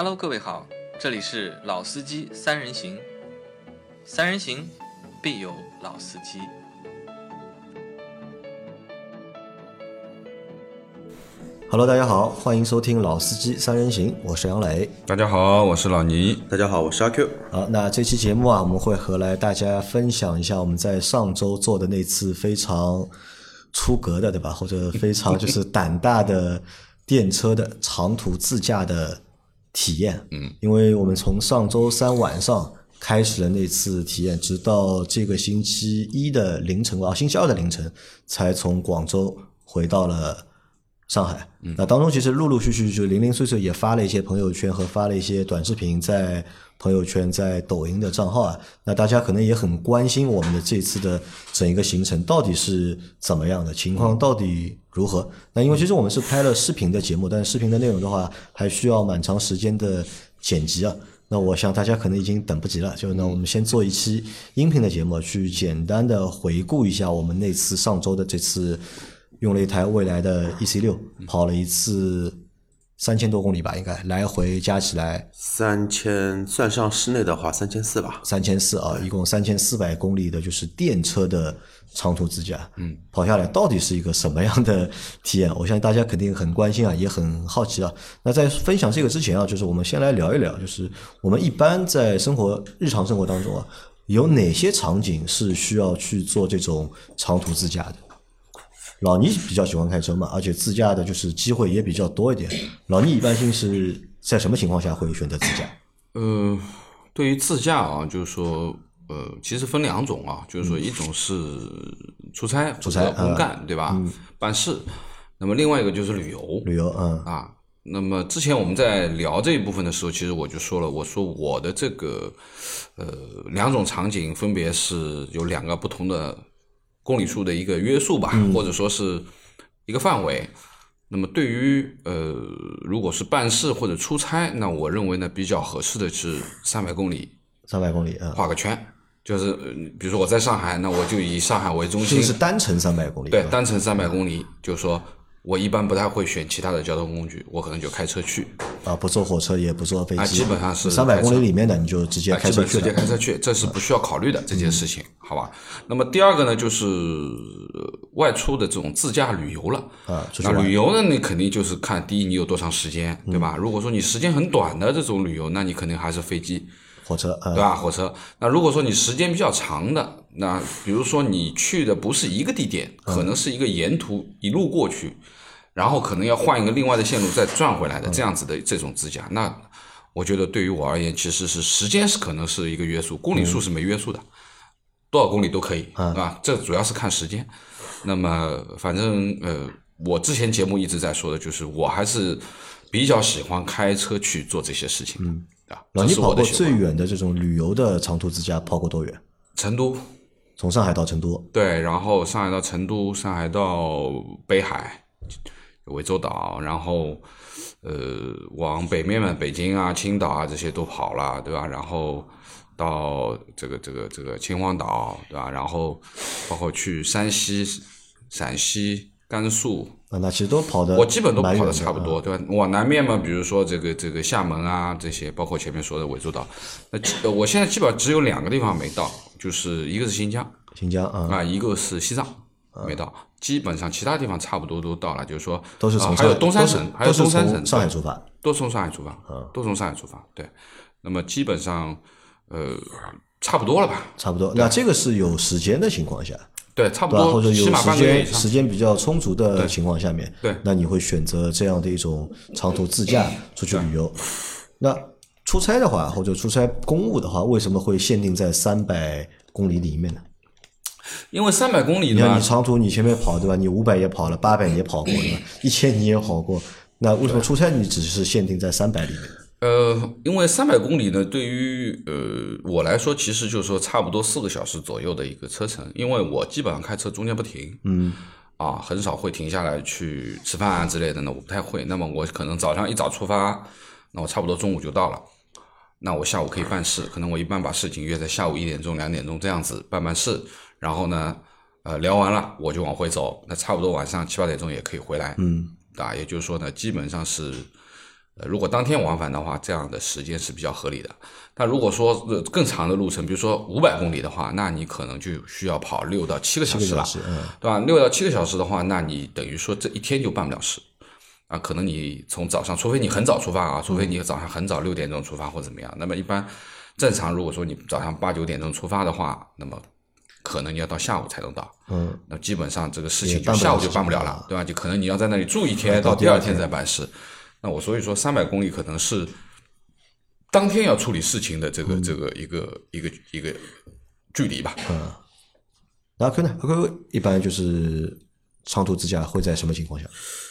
Hello， 各位好，这里是老司机三人行，三人行必有老司机。 Hello， 大家好，欢迎收听老司机三人行，我是杨磊。 大家好，我是老倪。 大家好，我是阿 Q。 好，那这期节目啊，我们会和大家分享一下我们在上周做的那次非常出格的，对吧？或者非常就是胆大的电车的长途自驾的体验。因为我们从上周三晚上开始了那次体验，直到这个星期一的凌晨星期二的凌晨，才从广州回到了上海。那当中其实陆陆续续就零零碎碎也发了一些朋友圈和发了一些短视频在朋友圈在抖音的账号啊，那大家可能也很关心我们的这次的整一个行程到底是怎么样的，情况到底如何。那因为其实我们是拍了视频的节目，但是视频的内容的话还需要蛮长时间的剪辑啊，那我想大家可能已经等不及了，就那我们先做一期音频的节目，去简单的回顾一下我们那次上周的这次用了一台蔚来的 EC6 跑了一次3000多公里吧，应该来回加起来 3000，算上室内的话3400吧。 3400啊，一共3400公里的就是电车的长途自驾。跑下来到底是一个什么样的体验？我相信大家肯定很关心啊，也很好奇啊。那在分享这个之前啊，就是我们先来聊一聊，就是我们一般在日常生活当中啊，有哪些场景是需要去做这种长途自驾的？老倪比较喜欢开车嘛，而且自驾的就是机会也比较多一点。老倪一般性是在什么情况下会选择自驾？ 对于自驾啊，就是说，其实分两种啊，就是说一种是出差或者公干，对吧？办事。那么另外一个就是旅游，啊。那么之前我们在聊这一部分的时候，其实我就说了，我说我的这个两种场景分别是有两个不同的公里数的一个约束吧，或者说是一个范围。那么对于如果是办事或者出差，那我认为呢比较合适的是300公里画个圈，就是比如说我在上海，那我就以上海为中心， 就是单程300公里。 对，单程300公里，就是说我一般不太会选其他的交通工具，我可能就开车去啊，不坐火车也不坐飞机， 基本上是 300公里里面的你就直接开车去了， 直接开车去，这是不需要考虑的这件事情，好吧？那么第二个呢，就是外出的这种自驾旅游了啊。那旅游呢，你肯定就是看第一你有多长时间，对吧？如果说你时间很短的这种旅游，那你肯定还是飞机、 火车， 对吧？火车。那如果说你时间比较长的，那比如说你去的不是一个地点，可能是一个沿途一路过去，然后可能要换一个另外的线路再转回来的这样子的这种自驾，那我觉得对于我而言，其实是时间是可能是一个约束，公里数是没约束的，多少公里都可以，啊，这主要是看时间。那么反正我之前节目一直在说的就是我还是比较喜欢开车去做这些事情的。 老倪跑过最远的这种旅游的长途自驾跑过多远？ 成都， 从上海到成都。 对，然后上海到成都，上海到北海涠洲岛，然后往北面嘛，北京啊、青岛啊这些都跑了，对吧？然后到这个秦皇岛，对吧？然后包括去山西、陕西、甘肃， 那其实都跑的， 我基本都跑的差不多，对吧？往南面嘛，比如说这个厦门啊这些，包括前面说的涠洲岛，那我现在基本上只有2个地方没到，就是一个是新疆啊，一个是西藏没到。基本上其他地方差不多都到了，就是说都是从还有东三省， 都是从上海出发， 都从上海出发，都从上海出发。对，那么基本上差不多了吧？ 差不多。那这个是有时间的情况下， 对，差不多， 或者有起码半个月以上时间比较充足的情况下面， 对， 那你会选择这样的一种长途自驾出去旅游。那出差的话，或者出差公务的话，为什么会限定在300公里里面呢？ 因为300公里你看你长途你前面跑，对吧？你500也跑了，800也跑过，对吧？1000你也跑过，那为什么出差你只是限定在300里面？ 因为300公里呢，对于我来说，其实就是说差不多4个小时左右的一个车程，因为我基本上开车中间不停，很少会停下来去吃饭啊之类的呢，我不太会。那么我可能早上一早出发，那我差不多中午就到了，那我下午可以办事，可能我一般把事情约在下午1点钟、2点钟这样子办事。然后呢，聊完了我就往回走，那差不多晚上7、8点钟也可以回来，也就是说呢，基本上是如果当天往返的话，这样的时间是比较合理的。但如果说更长的路程，比如说500公里的话，那你可能就需要跑6到7个小时了，对吧？6到7个小时的话，那你等于说这一天就办不了事啊。可能你从早上，除非你很早出发啊，除非你早上很早6点钟出发或怎么样，那么一般正常如果说你早上8、9点钟出发的话，那么可能你要到下午才能到，那基本上这个事情就下午就办不了了，对吧？就可能你要在那里住一天，到第二天再办事。那我所以说300公里可能是当天要处理事情的这个一个距离吧。 那阿 Q 呢？阿 Q 一般就是长途自驾会在什么情况下？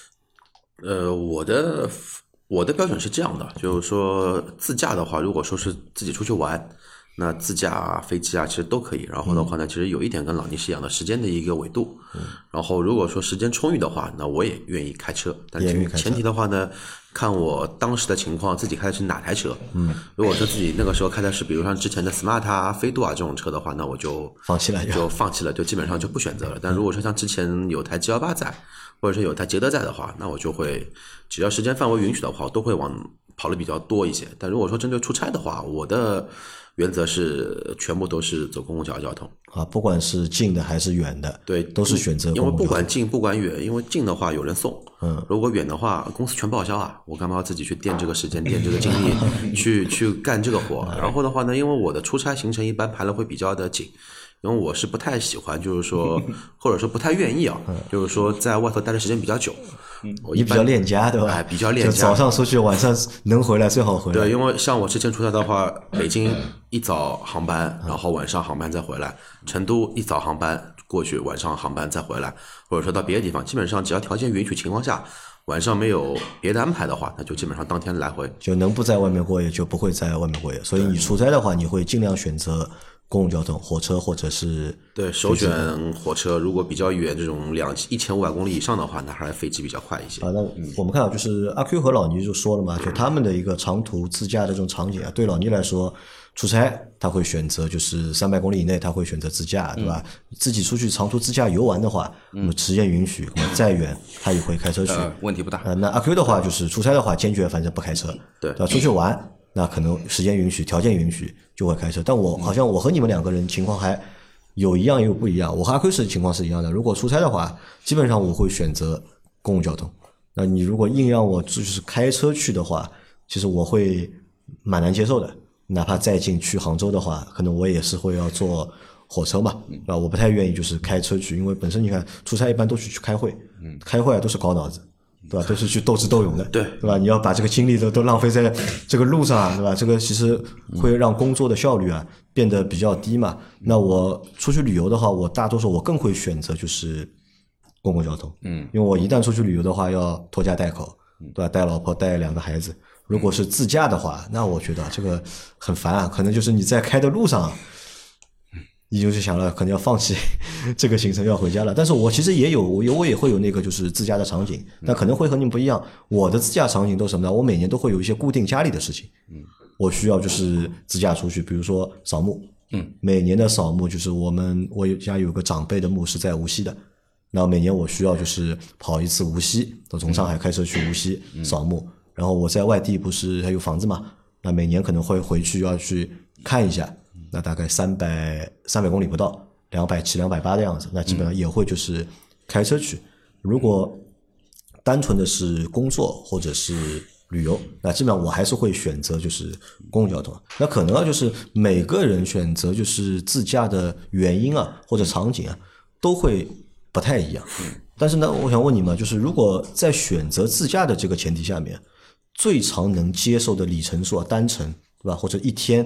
我的标准是这样的，就是说自驾的话，如果说是自己出去玩，那自驾啊、飞机啊，其实都可以。然后的话呢，其实有一点跟老倪是一样的，时间的一个纬度。然后如果说时间充裕的话，那我也愿意开车，但前提的话呢，看我当时的情况，自己开的是哪台车。如果说自己那个时候开的是，比如像之前的 Smart 啊、飞度啊这种车的话，那我就放弃了，就基本上就不选择了。但如果说像之前有台 G18在，或者说有台捷德在的话，那我就会只要时间范围允许的话，我都会跑的比较多一些。但如果说针对出差的话，我的原则是全部都是走公共交通啊，不管是近的还是远的， 对， 都是选择公共交通。 因为不管近不管远，因为近的话有人送，如果远的话公司全报销啊，我干嘛要自己去垫这个时间、垫这个精力去干这个活？然后的话呢，因为我的出差行程一般排的会比较的紧。因为我是不太喜欢，就是说，或者说不太愿意啊，就是说在外头待的时间比较久。 你比较恋家对吧？ 哎，比较恋家， 就早上出去，晚上能回来最好回来。 对，因为像我之前出差的话，北京一早航班，然后晚上航班再回来；成都一早航班过去，晚上航班再回来，或者说到别的地方，基本上只要条件允许情况下，晚上没有别的安排的话，那就基本上当天来回。 就能不在外面过夜，就不会在外面过夜。所以你出差的话，你会尽量选择公共交通，火车或者是对，首选火车。如果比较远，这种1500公里以上的话，那还是飞机比较快一些。 那我们看到就是阿 Q 和老倪就说了嘛，就他们的一个长途自驾的这种场景啊，对老倪来说，出差他会选择就是300公里以内他会选择自驾，对吧？自己出去长途自驾游玩的话，那么时间允许，再远他也会开车去， 问题不大。 那阿 Q 的话就是出差的话，坚决反正不开车， 对， 出去玩。那可能时间允许、条件允许就会开车，但我好像我和你们两个人情况还有一样也有不一样。我和阿 Q 是情况是一样的，如果出差的话，基本上我会选择公共交通。那你如果硬让我就是开车去的话，其实我会蛮难接受的。哪怕再近去杭州的话，可能我也是会要坐火车嘛，我不太愿意就是开车去，因为本身你看出差一般都是去开会，开会都是搞脑子。对吧？都是去斗智斗勇的， 对吧？你要把这个精力都浪费在这个路上，对吧？这个其实会让工作的效率啊变得比较低嘛。那我出去旅游的话，我大多数我更会选择就是公共交通，因为我一旦出去旅游的话，要拖家带口，对吧？带老婆带2个孩子。如果是自驾的话，那我觉得这个很烦啊，可能就是你在开的路上。你就是想了，可能要放弃这个行程，要回家了。但是我其实也有，我也会有那个就是自驾的场景，但可能会和你们不一样。我的自驾场景都是什么呢？我每年都会有一些固定家里的事情，我需要就是自驾出去，比如说扫墓，每年的扫墓就是我家有个长辈的墓是在无锡的，然后每年我需要就是跑一次无锡，从上海开车去无锡扫墓，然后我在外地不是还有房子嘛，那每年可能会回去要去看一下。那大概300公里不到，270、280的样子，那基本上也会就是开车去。如果单纯的是工作或者是旅游，那基本上我还是会选择就是公共交通。那可能就是每个人选择就是自驾的原因啊或者场景啊都会不太一样。但是呢，我想问你们，就是如果在选择自驾的这个前提下面，最长能接受的里程数啊，单程对吧，或者一天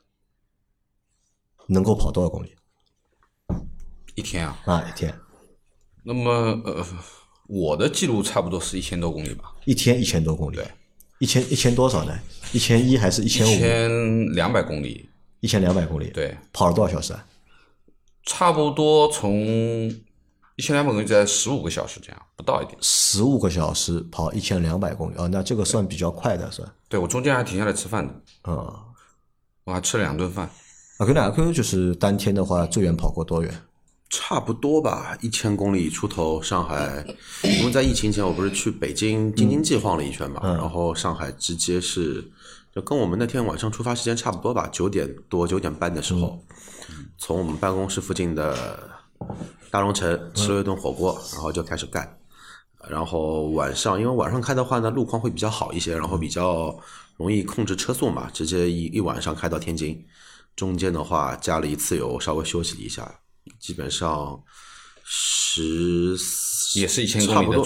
能够跑多少公里？ 一天啊？ 一天。 那么我的记录差不多是1000多公里吧。 一天1000多公里。 对。 1000多少呢？1100还是1500 ？1200公里。 1200公里。 对。 跑了多少小时啊？ 差不多从1200公里在15个小时这样，不到一点。 15个小时跑1200公里那这个算比较快的算。 对，我中间还停下来吃饭的。我还吃了2顿饭。 阿 Q 就是当天的话最远跑过多远？ 差不多吧，1000公里出头。上海，因为在疫情前我不是去北京京津冀晃了一圈嘛，然后上海直接是就跟我们那天晚上出发时间差不多吧，9点多9点半的时候，从我们办公室附近的大荣城吃了一顿火锅，然后就开始干。然后晚上，因为晚上开的话呢，路况会比较好一些，然后比较容易控制车速嘛，直接一晚上开到天津。中间的话加了一次油，稍微休息了一下，基本上也是1000公里的差不多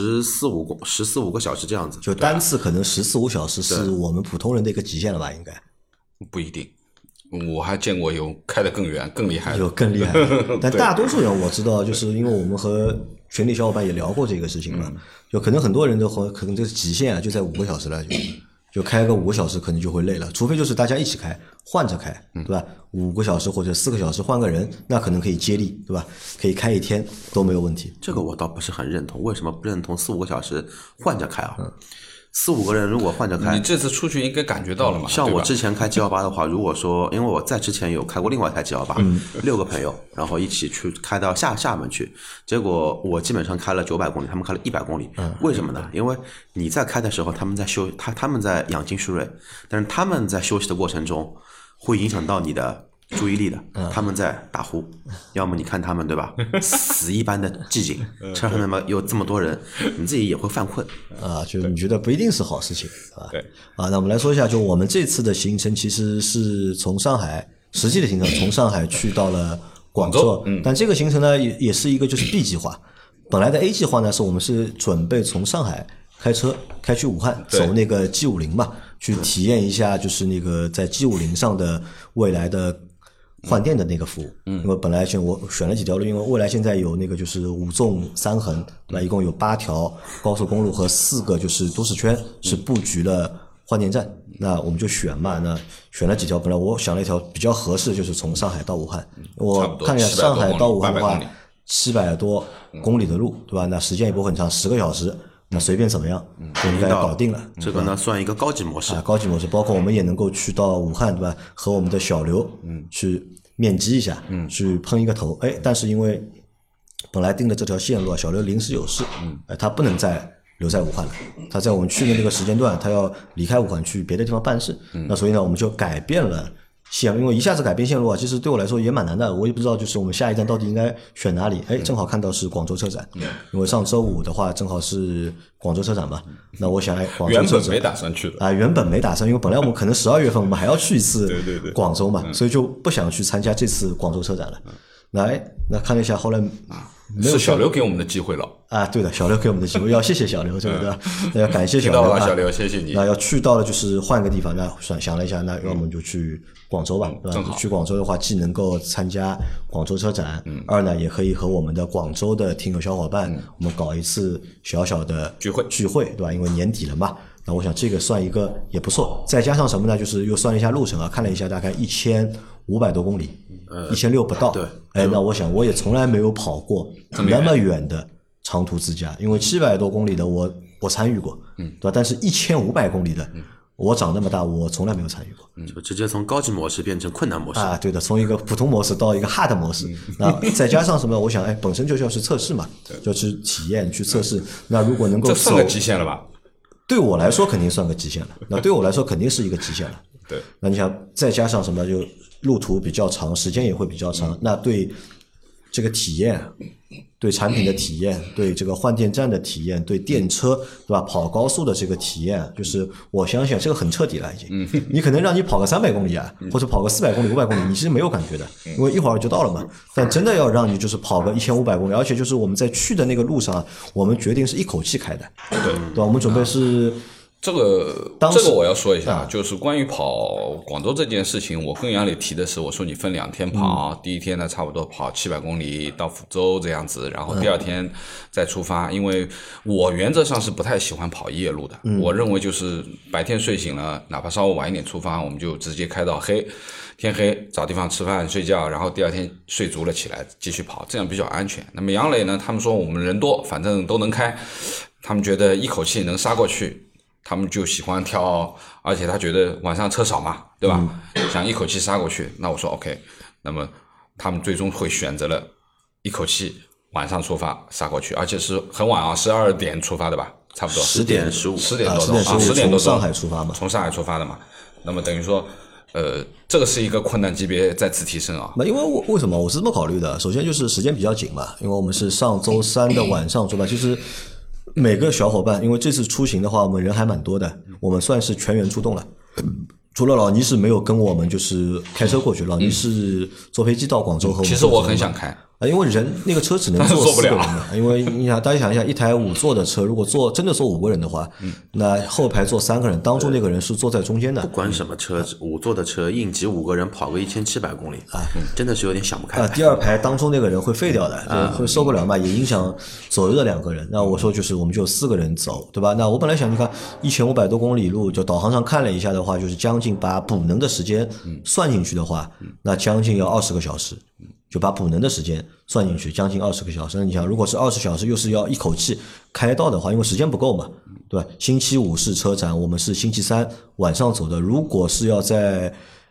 14-15个小时这样子。 就单次可能14-15小时是我们普通人的一个极限了吧？应该不一定，我还见过有开得更远、更厉害的， 有更厉害的。但大多数人我知道，就是因为我们和群里小伙伴也聊过这个事情嘛，就可能很多人的话，可能这个极限啊就在5个小时了，就开个5个小时可能就会累了，除非就是大家一起开，换着开，对吧？5个小时或者4个小时换个人，那可能可以接力，对吧？可以开一天都没有问题。 这个我倒不是很认同，为什么不认同4-5个小时换着开啊？4-5个人如果换着开， 你这次出去应该感觉到了嘛？ 像我之前开G18的话，如果说因为我在之前有开过另外一台G18，6个朋友，然后一起去开到厦门去，结果我基本上开了900公里，他们开了100公里。为什么呢？因为你在开的时候，他们在他们在养精蓄锐，但是他们在休息的过程中会影响到你的注意力的，他们在打呼，要么你看他们对吧，死一般的寂静，车上那么有这么多人，你自己也会犯困啊，就你觉得不一定是好事情，啊？ 对啊，那我们来说一下，就我们这次的行程其实是从上海实际的行程从上海去到了广州，但这个行程呢也是一个就是 B 计划，本来的 A 计划呢是我们是准备从上海开车开去武汉，走那个 G50嘛，去体验一下就是那个在 G50上的未来的换电的那个服务，因为本来我选了几条路，因为未来现在有那个就是5纵3横，对吧？一共有8条高速公路和4个就是都市圈是布局了换电站，那我们就选嘛，那选了几条，本来我想了一条比较合适，就是从上海到武汉，我看一下上海到武汉的话700多公里的路，对吧？那时间也不会很长，10个小时。那随便怎么样就应该搞定了。 这个呢算一个高级模式啊，高级模式，包括我们也能够去到武汉，对吧？和我们的小刘去面基一下，去碰一个头。哎，但是因为本来定的这条线路啊，小刘临时有事，他不能再留在武汉了。他在我们去的那个时间段，他要离开武汉去别的地方办事。那所以呢，我们就改变了线路，因为一下子改变线路啊，其实对我来说也蛮难的，我也不知道就是我们下一站到底应该选哪里。哎，正好看到是广州车展，因为上周五的话正好是广州车展嘛，那我想广州车展原本没打算去的啊，原本没打算，因为本来我们可能12月份我们还要去一次广州嘛，所以就不想去参加这次广州车展了。那看了一下，后来没有是小刘给我们的机会了啊，对的，小刘给我们的机会，要谢谢小刘，这个对吧？那要感谢小刘啊， 小刘，谢谢你。 那要去到了就是换个地方，那想了一下，那要么就去广州吧，对吧？去广州的话，既能够参加广州车展，二呢也可以和我们的广州的听友小伙伴，我们搞一次小小的聚会，对吧？因为年底了嘛。那我想这个算一个也不错，再加上什么呢？就是又算了一下路程啊，看了一下大概1500多公里，1600不到。 对， 哎，那我想我也从来没有跑过那么远的长途自驾，因为700多公里的我参与过，对吧？但是1500公里的，我长那么大我从来没有参与过， 就直接从高级模式变成困难模式啊，对的，从一个普通模式到一个 hard 模式。那再加上什么？我想，哎，本身就是要去测试嘛，就去体验去测试。那如果能够这算个极限了吧？ 对我来说肯定算个极限了，那对我来说肯定是一个极限了。 对， 那你想再加上什么？就路途比较长，时间也会比较长，那对这个体验，对产品的体验，对这个换电站的体验，对电车，对吧？跑高速的这个体验，就是我相信这个很彻底了已经。你可能让你跑个300公里啊，或者跑个400公里、500公里，你是没有感觉的，因为一会儿就到了嘛。但真的要让你就是跑个1500公里，而且就是我们在去的那个路上，我们决定是一口气开的，对吧？我们准备是。 这个我要说一下，就是关于跑广州这件事情，我跟杨磊提的是，我说你分2天跑，第一天呢差不多跑700公里到福州这样子，然后第2天再出发，因为我原则上是不太喜欢跑夜路的，我认为就是白天睡醒了，哪怕稍微晚一点出发，我们就直接开到天黑，找地方吃饭睡觉，然后第2天睡足了起来继续跑，这样比较安全。那么杨磊呢，他们说我们人多，反正都能开，他们觉得一口气能杀过去。他们就喜欢挑，而且他觉得晚上车少嘛，对吧？想一口气杀过去，那我说 OK， 那么他们最终会选择了一口气晚上出发杀过去，而且是很晚啊，12点出发的吧，差不多 10点15， 10点多钟 ，10点多钟从上海出发嘛， 从上海出发的嘛。那么等于说，这个是一个困难级别再次提升啊。 那因为为什么我是这么考虑的？首先就是时间比较紧嘛，因为我们是上周3的晚上出发，其实每个小伙伴，因为这次出行的话，我们人还蛮多的，我们算是全员出动了。除了老倪是没有跟我们就是开车过去，老倪是坐飞机到广州和我们。 其实我很想开。 因为人那个车只能坐4个人嘛，因为你想大家想一下，一台5座的车，如果真的坐5个人的话，那后排坐3个人，当中那个人是坐在中间的。 不管什么车，5座的车应急5个人跑个1700公里啊，真的是有点想不开。 第二排当中那个人会废掉的，会受不了嘛，也影响左右的2个人。那我说就是我们就4个人走，对吧？那我本来想你看1500多公里路，就导航上看了一下的话，就是将近把补能的时间算进去的话，那将近要20个小时。就把补能的时间算进去，将近20个小时。那你想，如果是20小时，又是要一口气开到的话，因为时间不够嘛，对吧？星期5是车展，我们是星期3晚上走的。如果是要在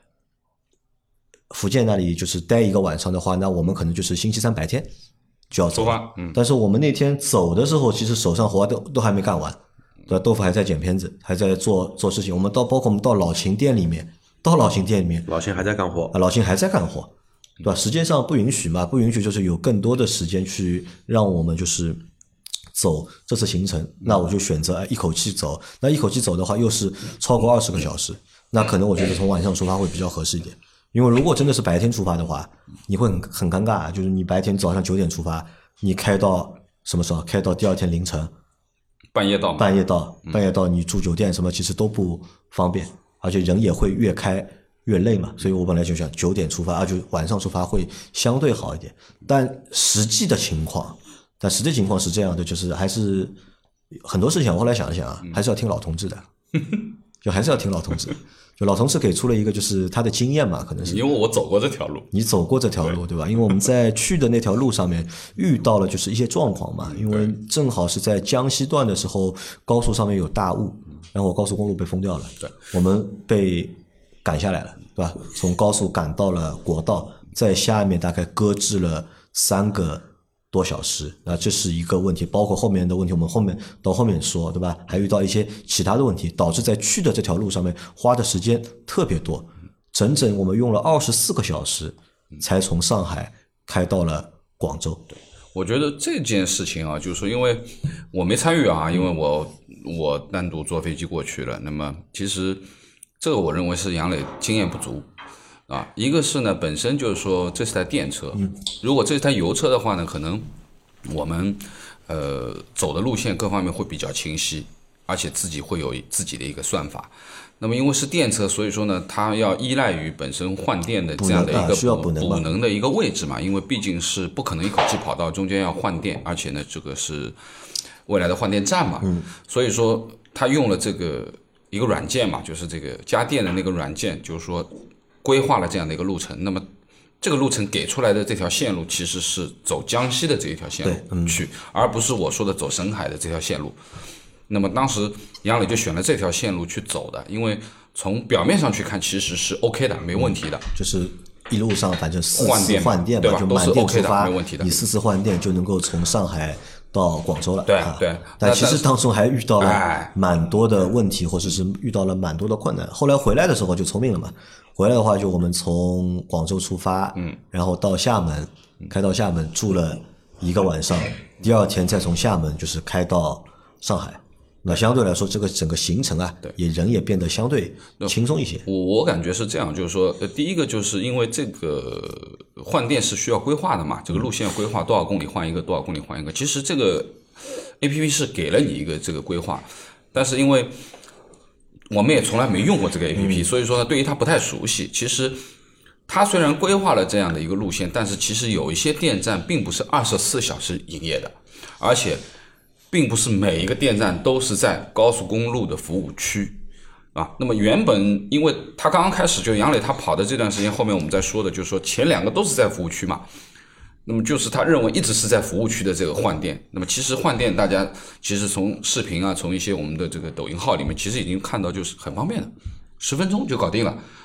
福建那里就是待1个晚上的话，那我们可能就是星期3白天就要走。但是我们那天走的时候，其实手上活都还没干完，对吧？豆腐还在剪片子，还在做事情。包括我们到老秦店里面，老秦还在干活， 老秦还在干活。对吧？时间上不允许嘛，不允许就是有更多的时间去让我们就是走这次行程，那我就选择一口气走。那一口气走的话，又是超过20个小时，那可能我觉得从晚上出发会比较合适一点。因为如果真的是白天出发的话，你会很尴尬，就是你白天早上9点出发，你开到什么时候？开到第二天凌晨，半夜到，你住酒店什么其实都不方便，而且人也会越开越累嘛，所以我本来就想9点出发，就晚上出发会相对好一点。但实际情况是这样的，就是还是很多事情我后来想一想啊，还是要听老同志的，就还是要听老同志。就老同事给出了一个就是他的经验嘛，可能是因为我走过这条路， 你走过这条路 对吧？因为我们在去的那条路上面遇到了就是一些状况嘛，因为正好是在江西段的时候，高速上面有大雾，然后高速公路被封掉了，对，我们被赶下来了，对吧？从高速赶到了国道，在下面大概搁置了3个多小时，那这是一个问题，包括后面的问题，我们到后面说，对吧？还遇到一些其他的问题，导致在去的这条路上面花的时间特别多，整整我们用了24个小时才从上海开到了广州。 对，我觉得这件事情啊，就是说，因为我没参与啊，因为我单独坐飞机过去了，那么其实这个我认为是杨磊经验不足。啊，一个是呢，本身就是说这是台电车，如果这是台油车的话呢，可能我们走的路线各方面会比较清晰，而且自己会有自己的一个算法。那么因为是电车，所以说呢，它要依赖于本身换电的这样的一个补能的一个位置嘛，因为毕竟是不可能一口气跑到中间要换电，而且呢，这个是未来的换电站嘛，所以说它用了这个一个软件嘛，就是这个家电的那个软件，就是说规划了这样的一个路程，那么这个路程给出来的这条线路其实是走江西的这一条线路去，而不是我说的走沈海的这条线路。那么当时杨磊就选了这条线路去走的，因为从表面上去看其实是 OK 的，没问题的， 就是一路上反正4次换电对吧， 就都是 OK 的， 没问题的。 你4次换电就能够从上海到广州了， 对。 但其实当中还遇到了蛮多的问题，或者是遇到了蛮多的困难。后来回来的时候就聪明了嘛，回来的话就我们从广州出发，然后到厦门，开到厦门住了1个晚上，第二天再从厦门就是开到上海。那相对来说，这个整个行程啊，人也变得相对轻松一些。 我感觉是这样，就是说，第一个就是因为这个换电是需要规划的嘛，这个路线规划多少公里换一个，多少公里换一个。其实这个 APP 是给了你一个这个规划，但是因为我们也从来没用过这个 APP，所以说呢，对于它不太熟悉。其实它虽然规划了这样的一个路线，但是其实有一些电站并不是24小时营业的，而且并不是每一个电站都是在高速公路的服务区啊。那么原本因为他刚刚开始就杨磊他跑的这段时间，后面我们在说的就是说前2个都是在服务区嘛，那么就是他认为一直是在服务区的这个换电。那么其实换电大家其实从视频啊，从一些我们的这个抖音号里面其实已经看到就是很方便的，10分钟就搞定了。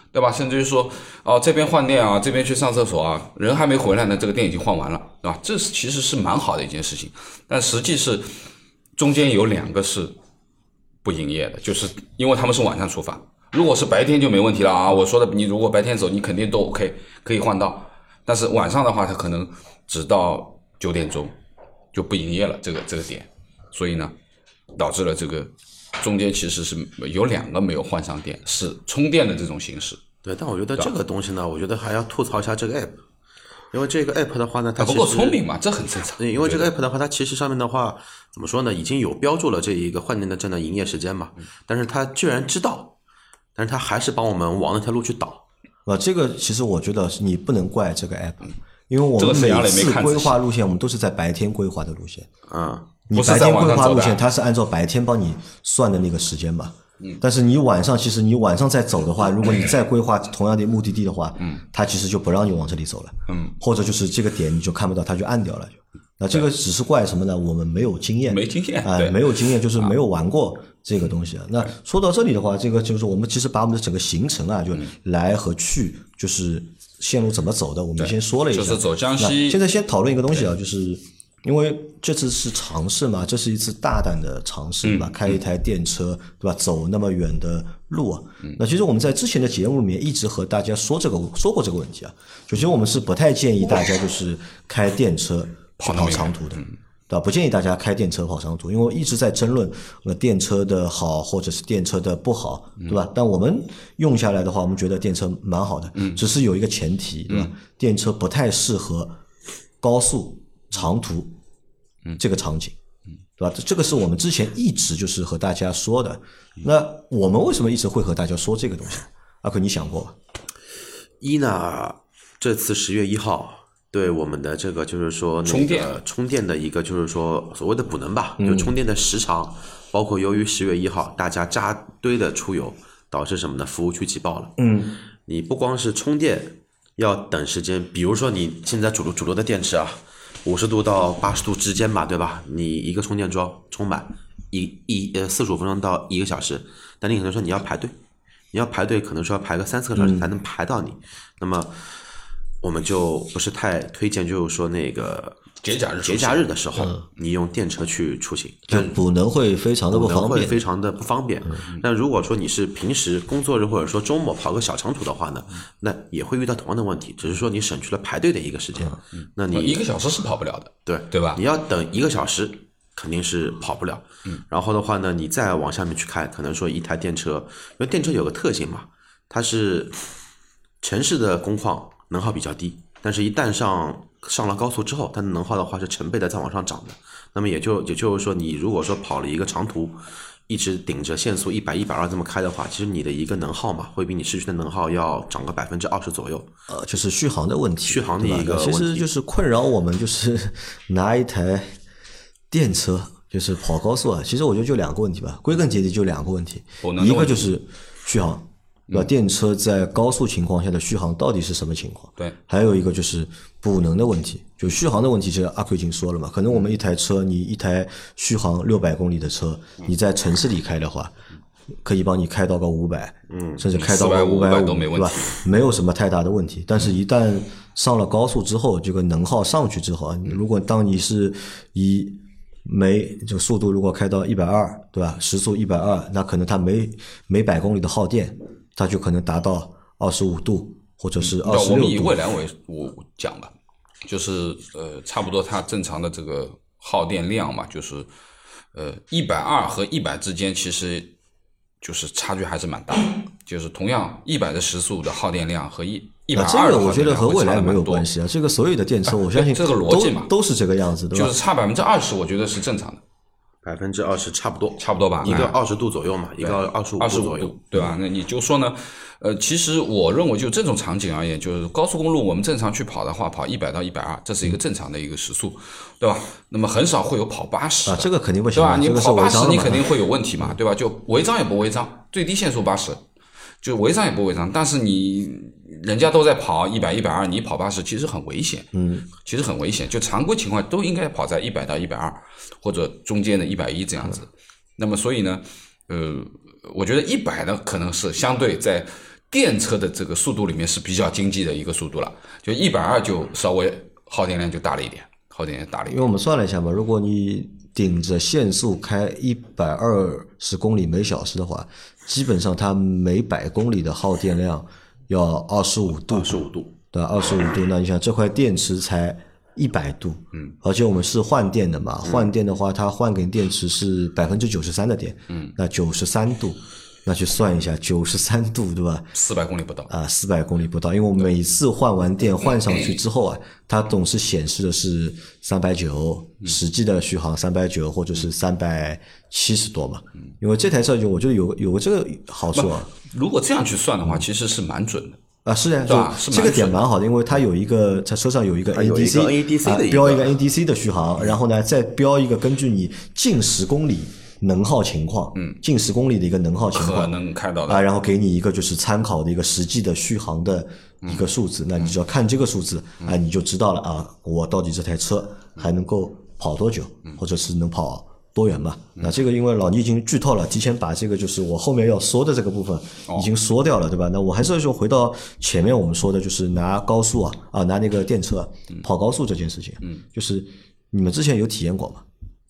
对吧？甚至于说这边换电啊，这边去上厕所啊，人还没回来呢，这个电已经换完了，对吧？这其实是蛮好的一件事情，但实际是中间有2个是不营业的，就是因为他们是晚上出发。如果是白天就没问题了啊，我说的你如果白天走，你肯定都 OK， 可以换到。但是晚上的话，它可能只到9点钟就不营业了，这个点，所以呢，导致了这个中间其实是有2个没有换上电，是充电的这种形式。 对，但我觉得这个东西呢，我觉得还要吐槽一下这个 app， 因为这个 app 的话呢，它不够聪明嘛，这很正常。 因为这个 app 的话，它其实上面的话怎么说呢，已经有标注了这一个换电的这样的营业时间嘛，但是它居然知道，但是它还是帮我们往那条路去导。 这个其实我觉得你不能怪这个 app， 因为我们每次规划路线，我们都是在白天规划的路线。你白天规划路线，它是按照白天帮你算的那个时间嘛。但是你晚上，其实你晚上再走的话，如果你再规划同样的目的地的话，它其实就不让你往这里走了。或者就是这个点你就看不到，它就按掉了。那这个只是怪什么呢？我们没有经验， 没经验， 没有经验就是没有玩过这个东西啊。那说到这里的话，这个就是我们其实把我们的整个行程啊，就来和去，就是线路怎么走的，我们先说了一下。 就是走江西。 现在先讨论一个东西啊，就是因为这次是尝试嘛，这是一次大胆的尝试，对吧？开一台电车，对吧？走那么远的路啊。那其实我们在之前的节目里面一直和大家说过这个问题啊。首先我们是不太建议大家就是开电车去跑长途的，对吧？不建议大家开电车跑长途，因为我一直在争论电车的好或者是电车的不好，对吧？但我们用下来的话，我们觉得电车蛮好的，只是有一个前提，对吧？电车不太适合高速长途这个场景，对吧？这个是我们之前一直就是和大家说的。那我们为什么一直会和大家说这个东西？阿奎，你想过吧？ 这次10月1号。对我们的这个就是说那个充电的一个就是说所谓的补能吧，就充电的时长，包括由于10月1号大家扎堆的出游，导致什么呢？服务区挤爆了。你不光是充电要等时间，比如说你现在主流的电池啊，50度到80度之间吧，对吧？你一个充电桩充满45分钟到1个小时，但你可能说你要排队，可能说要排个3-4个小时才能排到你，那么。我们就不是太推荐，就是说那个节假日的时候，你用电车去出行， 补能会非常的不方便。但如果说你是平时工作日或者说周末跑个小长途的话呢，那也会遇到同样的问题，只是说你省去了排队的一个时间。那你 1个小时是跑不了的，对吧？ 你要等1个小时，肯定是跑不了。然后的话呢，你再往下面去看，可能说一台电车，因为电车有个特性嘛，它是城市的工况。能耗比较低，但是一旦上了高速之后，它的能耗的话是成倍的在往上涨的。那么也就是说，你如果说跑了一个长途，一直顶着限速100、120这么开的话，其实你的一个能耗嘛，会比你市区的能耗要涨个20%左右。 就是续航的问题， 续航的一个问题， 其实就是困扰我们，就是拿一台电车就是跑高速啊。其实我觉得就2个问题吧，归根结底就2个问题，一个就是续航。电车在高速情况下的续航到底是什么情况？ 对， 还有一个就是补能的问题。就续航的问题，其实阿奎已经说了嘛，可能我们一台车，你一台续航600公里的车，你在城市里开的话，可以帮你开到个500，甚至开到个550 都没问题， 对吧？没有什么太大的问题。但是一旦上了高速之后，这个能耗上去之后，如果当你是以这个速度如果开到120，对吧？时速120，那可能它每100公里的耗电。它就可能达到25度，或者是26度。 我们以未来为讲吧，就是差不多它正常的这个耗电量嘛，就是120和100之间，其实就是差距还是蛮大的。就是同样100的时速的耗电量和120的耗电量， 这个我觉得和未来没有关系啊。这个所有的电车，我相信这个逻辑嘛， 都是这个样子，对吧？ 就是差20%，我觉得是正常的。 20%差不多吧， 一个20度左右嘛，一个25度左右， 对吧？那你就说呢，其实我认为就这种场景而言，就是高速公路我们正常去跑的话，跑100到120，这是一个正常的一个时速，对吧？那么很少会有跑80 这个肯定不行， 对吧？你跑80，你肯定会会有问题嘛，对吧？就违章也不违章，最低限速80，就违章也不违章，但是人家都在跑100、120，你跑80，其实很危险。其实很危险。就常规情况都应该跑在100到120，或者中间的110这样子。那么所以呢，我觉得100呢可能是相对在电车的这个速度里面是比较经济的一个速度了，就120就稍微耗电量就大了一点， 因为我们算了一下嘛，如果你顶着限速开120公里每小时的话，基本上它每100公里的耗电量要25度，对吧？25度，那你想这块电池才100度，而且我们是换电的嘛，换电的话，它换给电池是93%的电，那93度。那去算一下，93度对吧 ？400公里不到啊，400公里不到。因为我每次换完电换上去之后啊，它总是显示的是390，实际的续航390或者是370多嘛。因为这台车我觉得有这个好处啊。 如果这样去算的话，其实是蛮准的。 啊，是的， 对吧？ 这个点蛮好的，因为它有一个在车上有一个 NEDC 的标一个 NEDC 的续航，然后呢再标一个根据你近10公里能耗情况，近10公里的一个能耗情况可能看到的啊，然后给你一个就是参考的一个实际的续航的一个数字，那你只要看这个数字啊，你就知道了啊，我到底这台车还能够跑多久，或者是能跑多远嘛？那这个因为老倪已经剧透了，提前把这个就是我后面要说的这个部分已经说掉了，对吧？那我还是就回到前面我们说的，就是拿高速拿那个电车跑高速这件事情，就是你们之前有体验过吗？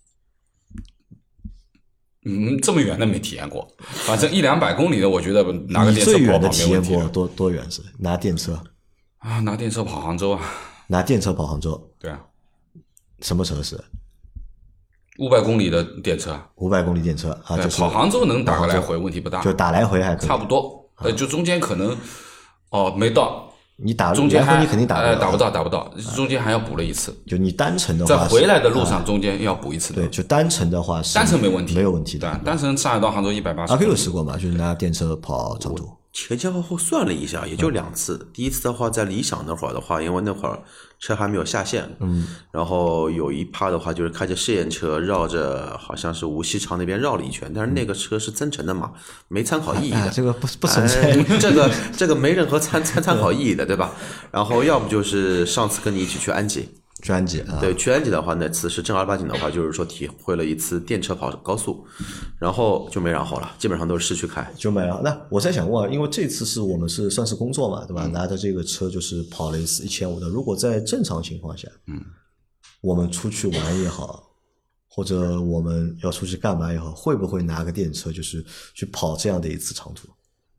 这么远的没体验过，反正100-200公里的，我觉得拿个电车最远的跑体验过多远是拿电车啊？拿电车跑杭州啊？ 拿电车跑杭州？ 对啊。 什么城市 ？500公里的电车。 500公里电车啊，就是跑杭州能打个来回，问题不大。 就打来回还可以。 差不多，就中间可能没到。 你打中间你肯定打不到，中间还要补了一次。 就你单程的话， 在回来的路上中间要补一次的。 对，就单程的话是单程没问题， 没有问题的。 单程上海到杭州180。 阿 Q 有试过吗？就是拿电车跑长途。 前前后后算了一下，也就2次。第一次的话，在理想那会儿的话，因为那会儿车还没有下线，然后有一趴的话就是开着试验车绕着好像是无锡长那边绕了一圈，但是那个车是增程的嘛，没参考意义的。 这个不存在， 这个没任何参考意义的，对吧？然后要不就是上次跟你一起去安吉。 去安吉啊， 对，去安吉的话，那次是正儿八经的话，就是说体会了一次电车跑高速，然后就没然后了，基本上都是市区开， 就没了。那我在想过，因为这次是我们是算是工作嘛，对吧？拿着这个车就是跑了一次1500的。如果在正常情况下，我们出去玩也好，或者我们要出去干嘛也好，会不会拿个电车就是去跑这样的一次长途？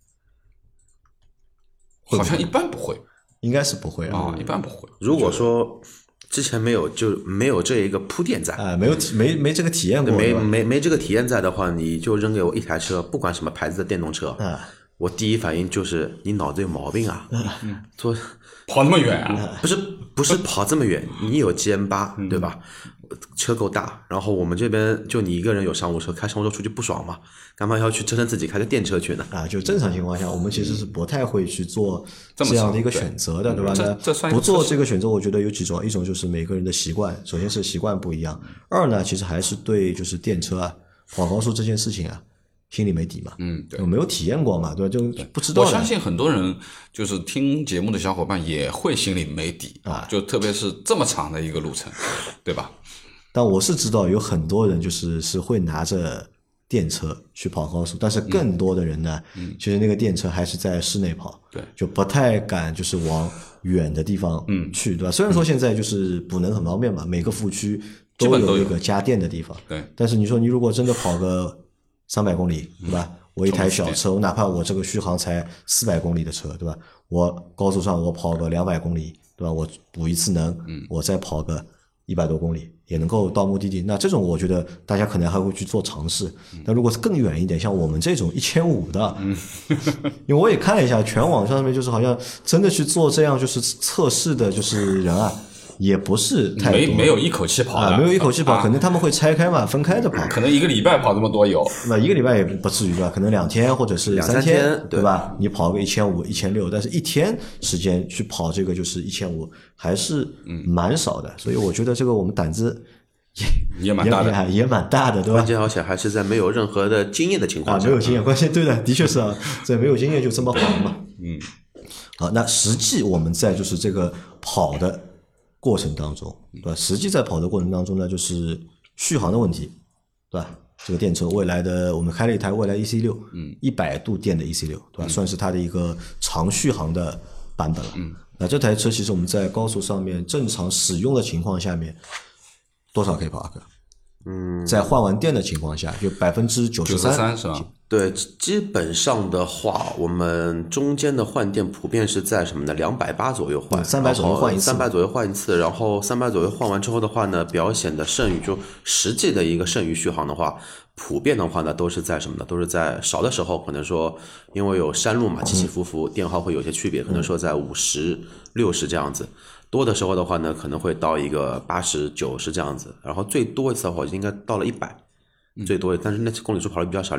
好像一般不会， 应该是不会啊， 一般不会。 如果说之前没有这一个铺垫在啊，没这个体验过， 没这个体验在的话，你就扔给我一台车，不管什么牌子的电动车，我第一反应就是你脑子有毛病啊！ 跑那么远啊？ 不是跑这么远，你有 GM8 对吧？车够大，然后我们这边就你一个人有商务车，开商务车出去不爽嘛？干嘛要去折腾自己开个电车去呢？啊， 就正常情况下，我们其实是不太会去做这样的一个选择的，对吧？ 那不做这个选择，我觉得有几种，一种就是每个人的习惯，首先是习惯不一样；二呢，其实还是对就是电车跑高速这件事情心里没底嘛，对，没有体验过嘛，对吧？就不知道。 我相信很多人就是听节目的小伙伴也会心里没底就特别是这么长的一个路程，对吧？ 但我是知道有很多人是会拿着电车去跑高速，但是更多的人呢，其实那个电车还是在室内跑， 对， 就不太敢就是往远的地方去，对吧？虽然说现在就是补能很方便嘛，每个服务区都有一个加电的地方， 对， 但是你说你如果真的跑个300公里，对吧？我一台小车，我哪怕我这个续航才400公里的车，对吧？我高速上我跑个200公里，对吧？我补一次能，我再跑个100多公里也能够到目的地。那这种我觉得大家可能还会去做尝试。那如果是更远一点，像我们这种1500的，因为我也看了一下全网上面，就是好像真的去做这样就是测试的，就是人也不是太多， 没有一口气跑的， 没有一口气跑，可能他们会拆开嘛，分开着跑， 可能1个礼拜跑这么多有， 那1个礼拜也不至于吧，可能2天或者是3 天， 对吧？你跑个1500、1600，但是1天时间去跑这个就是1500，还是蛮少的，所以我觉得这个我们胆子也蛮大的， 也蛮大的，对吧？ 关键而且还是在没有任何的经验的情况下， 没有经验，关键对的确是在没有经验就这么跑嘛。好，那实际我们在就是这个跑的过程当中，对吧？实际在跑的过程当中呢，就是续航的问题，对吧？ 这个电车，未来的我们开了一台蔚来 EC6， 100度电的 EC6， 对吧？算是它的一个长续航的版本了。那这台车其实我们在高速上面正常使用的情况下面，多少可以跑啊？在换完电的情况下，就93% 是吧？ 对，基本上的话，我们中间的换电普遍是在什么呢？280左右换 ，300左右换一次 ，300左右换一次，然后300左右换完之后的话呢，表显的剩余就实际的一个剩余续航的话，普遍的话呢都是在什么呢？都是在少的时候，可能说因为有山路嘛，起起伏伏，电耗会有些区别，可能说在50、60这样子。多的时候的话呢，可能会到一个80、90这样子，然后最多一次的话应该到了100，最多，但是那次公里数跑的比较少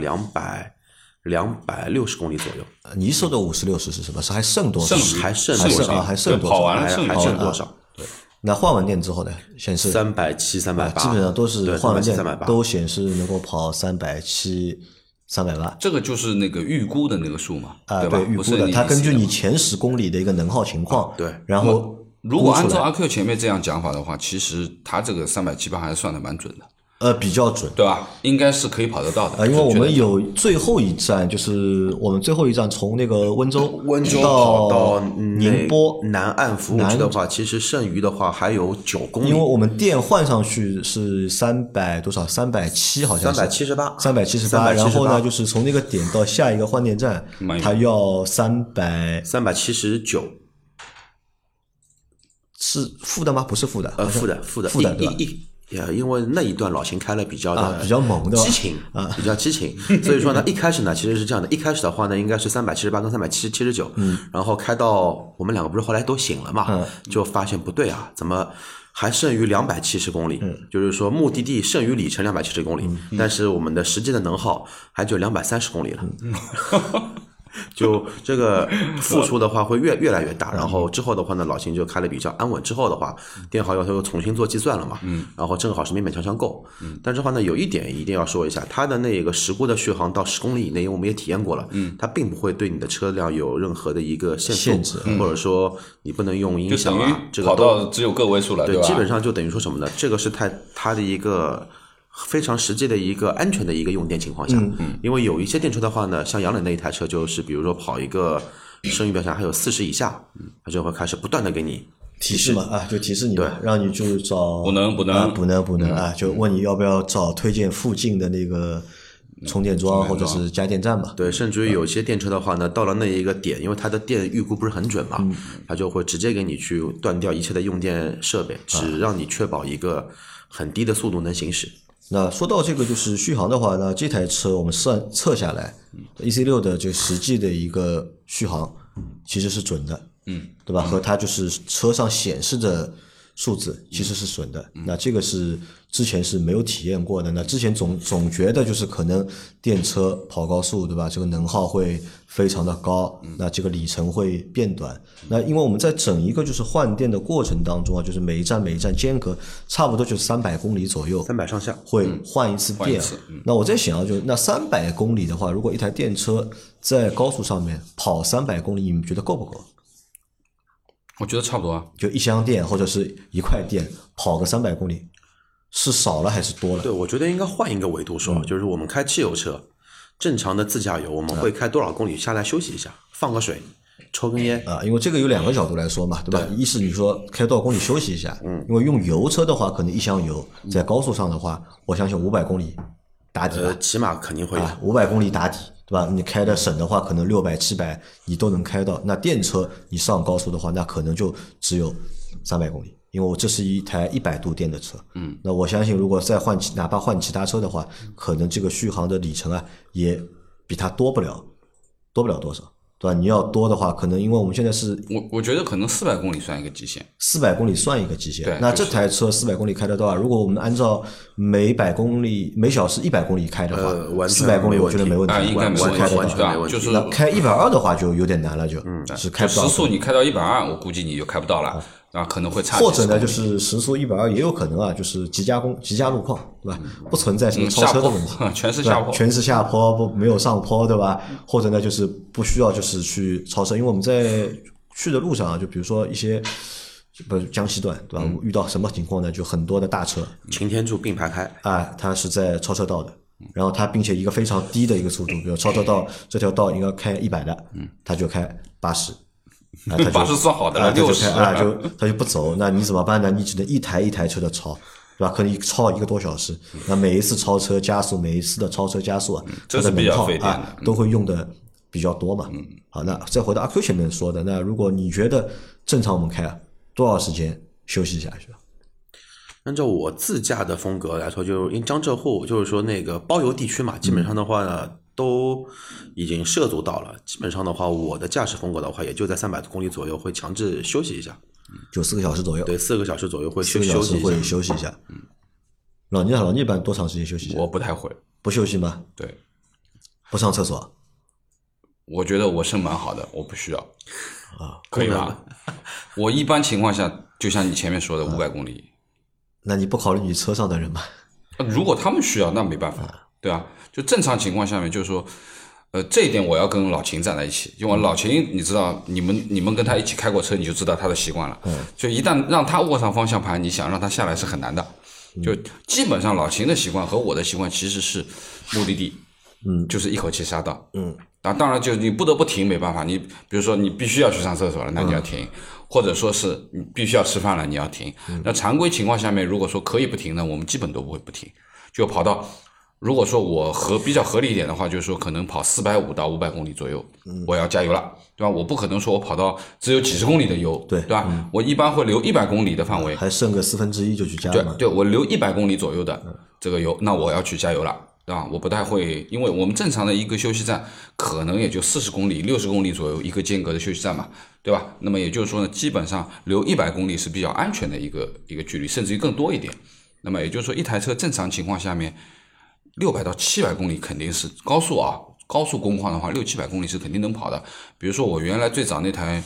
，260公里左右。 你说的50、60是什么？是还剩多少？ 还剩多少？还剩多少？ 跑完了还剩多少？ 对。那换完电之后呢？显示 370、380， 基本上都是换完电 380 都显示能够跑370、380。 这个就是那个预估的那个数嘛，对吧？ 对，预估的，它根据你前10公里的一个能耗情况， 对， 然后如果按照阿 Q 前面这样讲法的话，其实它这个378还算的蛮准的。 比较准， 对吧？应该是可以跑得到的。 因为我们有最后一站，就是我们最后一站从那个温州跑到宁波南岸服务区的话，其实剩余的话还有9公里。 因为我们电换上去是300多少，370好像是378，然后呢，就是从那个点到下一个换电站，它要 379。 是负的吗？不是负的， 负的， 对吧？ 因为那一段老秦开了比较猛的激情比较激情，所以说呢，一开始呢其实是这样的，一开始的话呢应该是378跟379，然后开到我们两个不是后来都醒了嘛，就发现不对啊，怎么还剩余270公里？就是说目的地剩余里程270公里，但是我们的实际的能耗还就230公里了。就这个付出的话会越来越大，然后之后的话呢，老秦就开了比较安稳，之后的话电耗要求又重新做计算了嘛，然后正好是勉勉强强够，但是的话呢，有一点一定要说一下，它的那个实估的续航到10公里以内，因为我们也体验过了，它并不会对你的车辆有任何的一个限制，或者说你不能用音响啊，这个跑到只有个位数了， 对吧？ 基本上就等于说什么呢？这个是它的一个非常实际的一个安全的一个用电情况下，因为有一些电车的话呢，像杨磊那一台车，就是比如说跑一个剩余表现还有40以下，它就会开始不断的给你提示嘛，就提示你，让你就找补能就问你要不要找推荐附近的那个充电桩或者是加电站嘛。 对，甚至于有些电车的话呢，到了那一个点，因为它的电预估不是很准嘛，它就会直接给你去断掉一切的用电设备，只让你确保一个很低的速度能行驶。 那说到这个就是续航的话，那这台车我们测下来，EC6 的就实际的一个续航其实是准的，对吧？和它就是车上显示的数字其实是准的。那这个是之前是没有体验过的。那之前总觉得就是可能电车跑高速，对吧？这个能耗会非常的高，那这个里程会变短。那因为我们在整一个就是换电的过程当中啊，就是每一站间隔差不多就是300公里左右 ，300上下会换一次电。那我在想啊，就那300公里的话，如果一台电车在高速上面跑300公里，你们觉得够不够？ 我觉得差不多啊， 就一箱电或者是一块电跑个300公里，是少了还是多了？ 对，我觉得应该换一个维度说，就是我们开汽油车，正常的自驾游，我们会开多少公里下来休息一下，放个水，抽根烟啊，因为这个有2个角度来说嘛，对吧？一是你说开多少公里休息一下，因为用油车的话，可能一箱油在高速上的话，我相信500公里打底吧， 起码肯定会有 500公里打底。对吧？你开的省的话，可能600、700你都能开到。那电车你上高速的话，那可能就只有300公里，因为我这是一台100度电的车。那我相信，如果再哪怕换其他车的话，可能这个续航的里程啊，也比它多不了多少。对吧？你要多的话，可能因为我们现在是我觉得可能400公里算一个极限 ，400公里算一个极限。 对， 那这台车400公里开得到啊？如果我们按照每小时100公里开的话，400公里我觉得没问题， 应该没问题， 完全没问题。 就是那开120的话就有点难了，是开不到。 时速你开到120，我估计你就开不到了。可能会差， 或者呢，就是时速120也有可能啊，就是极佳路况，对吧？不存在什么超车的问题， 全是下坡， 全是下坡，没有上坡，对吧？或者呢，就是不需要就是去超车，因为我们在去的路上啊，就比如说一些江西段，对吧？遇到什么情况呢？就很多的大车， 擎天柱并排开啊，它是在超车道的。 然后它并且一个非常低的一个速度，比如超车道这条道应该开100的，它就开80。 80算好的了 ，60他就不走，那你怎么办呢？你只能一台一台车的超，对吧？可能超1个多小时，那每一次超车加速，每一次的超车加速啊， 这是比较费电的， 都会用的比较多嘛。好，那再回到阿 Q 前面说的，那如果你觉得正常我们开多少时间休息一下去？ 按照我自驾的风格来说，就是因为江浙沪就是说那个包邮地区嘛，基本上的话呢，都已经涉足到了。基本上的话，我的驾驶风格的话，也就在300公里左右会强制休息一下， 就4个小时左右。 对，4个小时左右会休息一下。老聂一般多长时间休息一下？ 我不太会， 不休息吗？ 对， 不上厕所。 我觉得我肾蛮好的，我不需要可以吧？我一般情况下，就像你前面说的500公里。 那你不考虑你车上的人吗？ 如果他们需要，那没办法，对吧？就正常情况下面，就是说，这一点我要跟老秦站在一起，因为老秦，你知道，你们跟他一起开过车，你就知道他的习惯了。就一旦让他握上方向盘，你想让他下来是很难的。就基本上老秦的习惯和我的习惯其实是目的地，就是一口气刹到，当然就你不得不停，没办法，你比如说你必须要去上厕所了，那你要停。或者说是你必须要吃饭了，你要停。那常规情况下面，如果说可以不停呢，我们基本都不会不停。就跑到，如果说我比较合理一点的话，就是说可能跑450到500公里左右，我要加油了，对吧？我不可能说我跑到只有几十公里的油，对吧？我一般会留100公里的范围， 还剩个1/4就去加嘛。 对，我留100公里左右的这个油，那我要去加油了。对吧？我不太会，因为我们正常的一个休息站可能也就40公里、60公里左右一个间隔的休息站嘛，对吧？那么也就是说呢，基本上留100公里是比较安全的一个距离，甚至于更多一点。那么也就是说，一台车正常情况下面，600到700公里肯定是高速啊，高速工况的话，600-700公里是肯定能跑的。比如说我原来最早那台，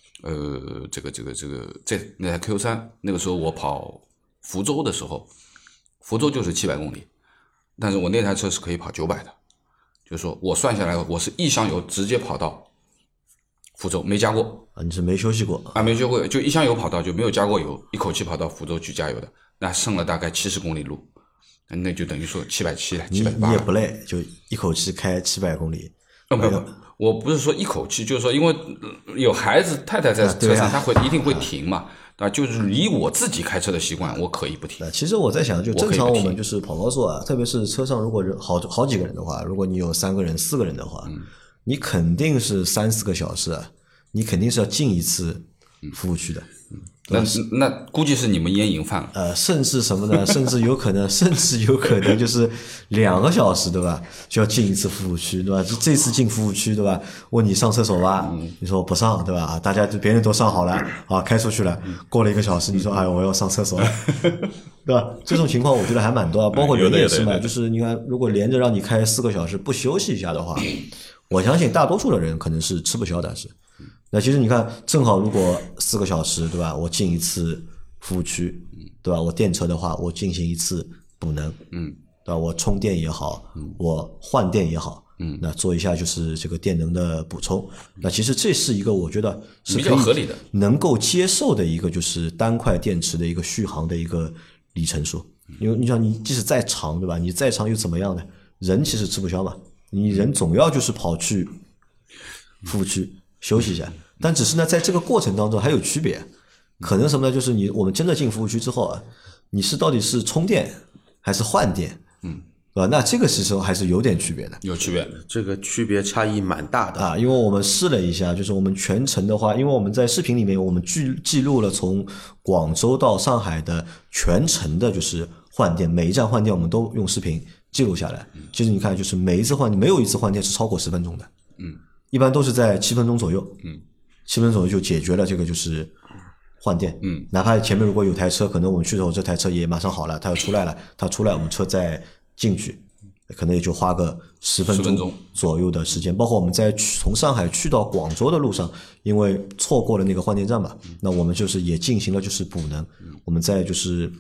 那台 Q3，那个时候我跑福州的时候，福州就是700公里。但是我那台车是可以跑900的，就是说我算下来，我是一箱油直接跑到福州，没加过啊，你是没休息过啊？没休息过，就一箱油跑到，就没有加过油，一口气跑到福州去加油的，那剩了大概70公里路，那就等于说770、780。 你也不累，就一口气开700公里。 不，我不是说一口气，就是说因为有孩子太太在车上，他一定会停嘛。啊，就是以我自己开车的习惯，我可以不停。 其实我在想，就正常我们就是跑高速啊，特别是车上如果人好几个人的话，如果你有3个人、4个人的话，你肯定是3-4个小时啊，你肯定是要进一次服务区的。 那估计是你们烟瘾犯了。 甚至什么呢？甚至有可能就是2个小时，对吧？就要进一次服务区，对吧？这次进服务区，对吧？问你上厕所吧，你说不上，对吧？大家别人都上好了啊，开出去了，过了1个小时，你说哎，我要上厕所了，对吧？这种情况我觉得还蛮多，包括人也是嘛，就是你看，如果连着让你开4个小时不休息一下的话，我相信大多数的人可能是吃不消的，是。那其实你看，正好如果4个小时，对吧？我进一次服务区，对吧？我电车的话，我进行一次补能，对吧？我充电也好，我换电也好，那做一下就是这个电能的补充。那其实这是一个我觉得是比较合理的， 能够接受的一个就是单块电池的一个续航的一个里程数。因为你想，你即使再长，对吧？你再长又怎么样呢？人其实吃不消嘛，你人总要就是跑去服务区休息一下，但只是呢，在这个过程当中还有区别，可能什么呢？就是我们真的进服务区之后啊，你是到底是充电还是换电，对吧？那这个其实还是有点区别的， 有区别， 这个区别差异蛮大的啊。因为我们试了一下，就是我们全程的话，因为我们在视频里面我们记录了从广州到上海的全程的，就是换电，每一站换电我们都用视频记录下来。其实你看，就是每一次换电，没有一次换电是超过10分钟的，一般都是在7分钟左右，7分钟左右就解决了这个就是换电，哪怕前面如果有台车，可能我们去的时候这台车也马上好了，它要出来了，它出来我们车再进去，可能也就花个10分钟左右的时间。包括我们在从上海去到广州的路上，因为错过了那个换电站嘛，那我们就是也进行了就是补能，我们在就是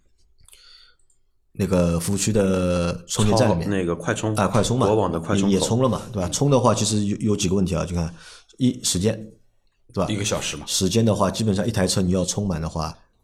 那个服务区的充电站里面， 那个快充快充嘛， 国网的快充也充了嘛，对吧？充的话，其实有几个问题啊，就看时间，对吧？ 1个小时嘛， 时间的话，基本上一台车你要充满的话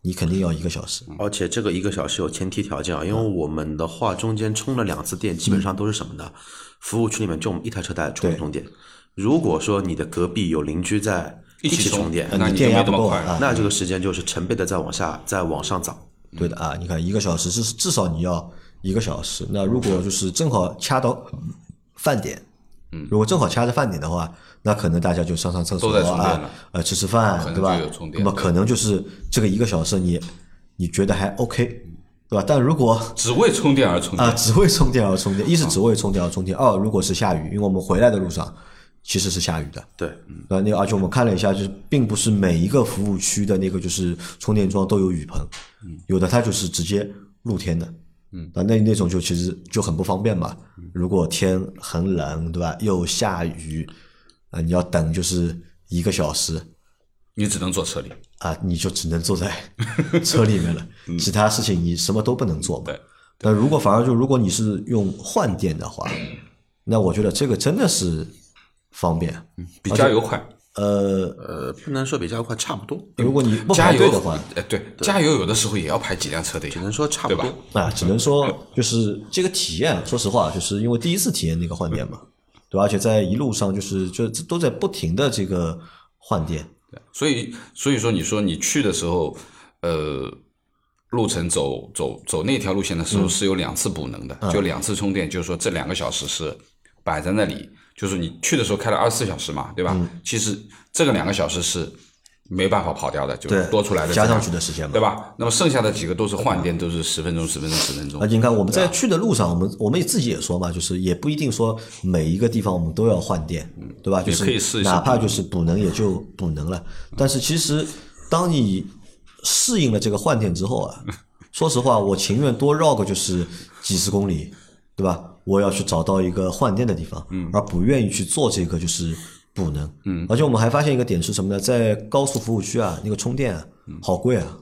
你肯定要1个小时。 而且这个1个小时有前提条件啊，因为我们的话中间充了2次电，基本上都是什么呢？服务区里面就我们一台车在充电。如果说你的隔壁有邻居在一起充电， 那你电压不够啊， 那这个时间就是成倍的再往上涨。 对的啊，你看1个小时是至少你要1个小时。那如果就是正好掐到饭点，如果正好掐着饭点的话，那可能大家就上厕所啊，吃饭，对吧？那么可能就是这个1个小时你觉得还 OK， 对吧？但如果只为充电而充电啊，只为充电而充电，一是只为充电而充电，二如果是下雨，因为我们回来的路上其实是下雨的， 对， 那个而且我们看了一下，就是并不是每一个服务区的那个就是充电桩都有雨棚，有的它就是直接露天的，那种就其实就很不方便嘛。如果天很冷，对吧？又下雨，你要等就是1个小时， 你只能坐车里啊，你就只能坐在车里面了，其他事情你什么都不能做嘛。 对。 但如果你是用换电的话，那我觉得这个真的是方便， 比加油快。 不能说比加油快，差不多。 如果你不排队的话， 对，加油有的时候也要排几辆车的， 只能说差不多啊，只能说就是这个体验，说实话，就是因为第一次体验那个换电嘛，对吧？而且在一路上就都在不停的这个换电， 所以说你说你去的时候，路程走那条路线的时候是有2次补能的，就2次充电，就是说这2个小时是摆在那里。就是你去的时候开了24小时嘛，对吧？其实这个2个小时是没办法跑掉的，就多出来的加上去的时间嘛， 对吧？那么剩下的几个都是换电，都是10分钟。 而且你看我们在去的路上，我们自己也说嘛，就是也不一定说每一个地方我们都要换电，对吧？就是可以试一试， 哪怕就是补能也就补能了。但是其实当你适应了这个换电之后啊，说实话，我情愿多绕个就是几十公里，对吧？我要去找到一个换电的地方，而不愿意去做这个就是补能。而且我们还发现一个点是什么呢？在高速服务区啊，那个充电啊，好贵啊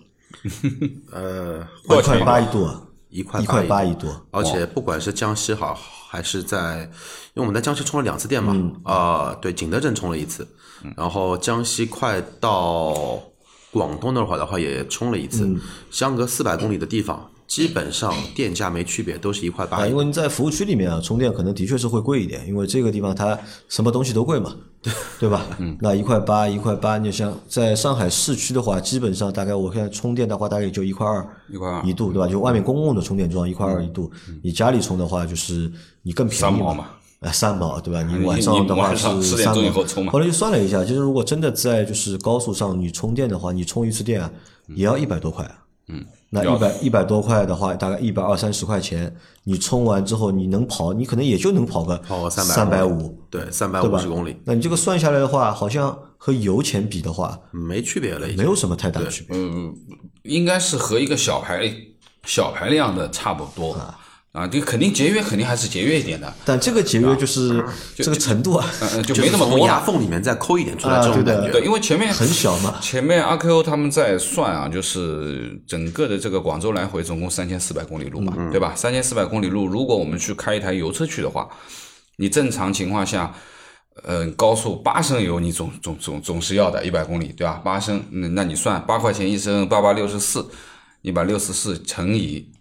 ，1.8块1度啊，1.8块1度。 而且不管是江西好，还是在，因为我们在江西充了2次电嘛，对，景德镇充了1次，然后江西快到广东那会儿的话也充了1次，相隔400公里的地方。基本上电价没区别，都是1.8块。 因为你在服务区里面啊，充电可能的确是会贵一点，因为这个地方它什么东西都贵嘛，对吧？那1.8块，你像在上海市区的话，基本上大概我看充电的话，大概也就1.2块1度，对吧？就外面公共的充电桩1.2块1度，你家里充的话，就是你更便宜嘛。3毛对吧？你晚上的话是3毛。后来就算了一下，其实如果真的在就是高速上你充电的话，你充1次电啊，也要100多块啊。那100多块的话，大概120-130块钱，你充完之后，你能跑，你可能也就能跑个350， 对，350公里。 那你这个算下来的话，好像和油钱比的话， 没区别了， 没有什么太大的区别。 应该是和一个小排量的差不多。这肯定节约，肯定还是节约一点的。 但这个节约就是这个程度啊， 就没那么多。 从牙缝里面再抠一点出来这种感觉。 对，因为前面很小嘛。 前面阿 Q 他们在算啊，就是整个的这个广州来回总共3400公里路嘛，对吧？3400公里路，如果我们去开一台油车去的话，你正常情况下，高速8升油你总是要的100公里，对吧？8升，那你算8块钱1升，8864，你把64乘以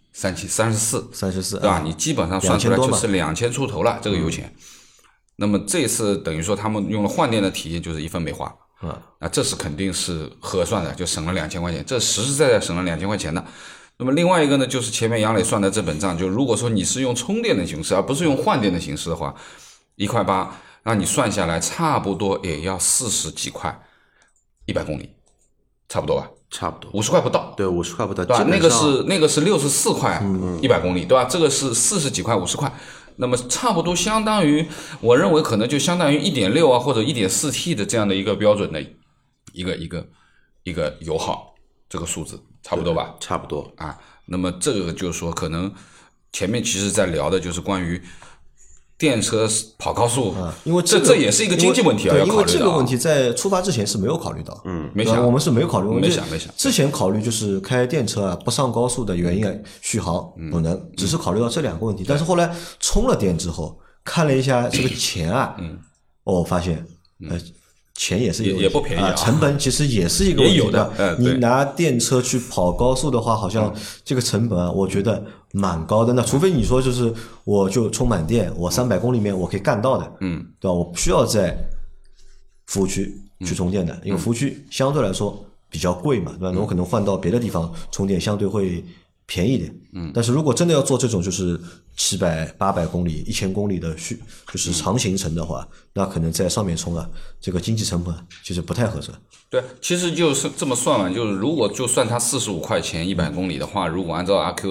34，对吧？你基本上算出来就是2000出头了，这个油钱。那么这次等于说他们用了换电的体验，就是1分没花。这是肯定是合算的，就省了2000块钱，这实实在在省了2000块钱的。那么另外一个呢，就是前面杨磊算的这本账，就如果说你是用充电的形式，而不是用换电的形式的话，1.8块，让你算下来差不多也要40几块100公里，差不多吧？ 差不多 50块不到， 对，50块不到， 对吧？那个是64块100公里，对吧？这个是40几块50块，那么差不多相当于，我认为可能就相当于1.6啊或者1.4T 的这样的一个标准的一个油耗，这个数字差不多吧？ 差不多啊。那么这个就是说，可能前面其实在聊的就是关于电车跑高速， 因为这也是一个经济问题啊，要考虑的。 因为这个问题在出发之前是没有考虑到， 没想， 我们是没有考虑， 没想。 之前考虑就是开电车啊，不上高速的原因续航补能，只是考虑到这2个问题。但是后来充了电之后，看了一下这个钱啊，发现钱也是有也不便宜啊， 成本其实也是一个问题。 也有的， 你拿电车去跑高速的话，好像这个成本我觉得蛮高的。那除非你说就是我就充满电，我300公里里面我可以干到的，对吧？我不需要在服务区去充电的，因为服务区相对来说比较贵嘛，对吧？那我可能换到别的地方充电相对会便宜一点。但是如果真的要做这种就是700、800公里、1000公里的就是长行程的话，那可能在上面充这个经济成本其实不太合算。 对，其实就是这么算嘛，就是如果就算它45块钱100公里的话，如果按照阿 Q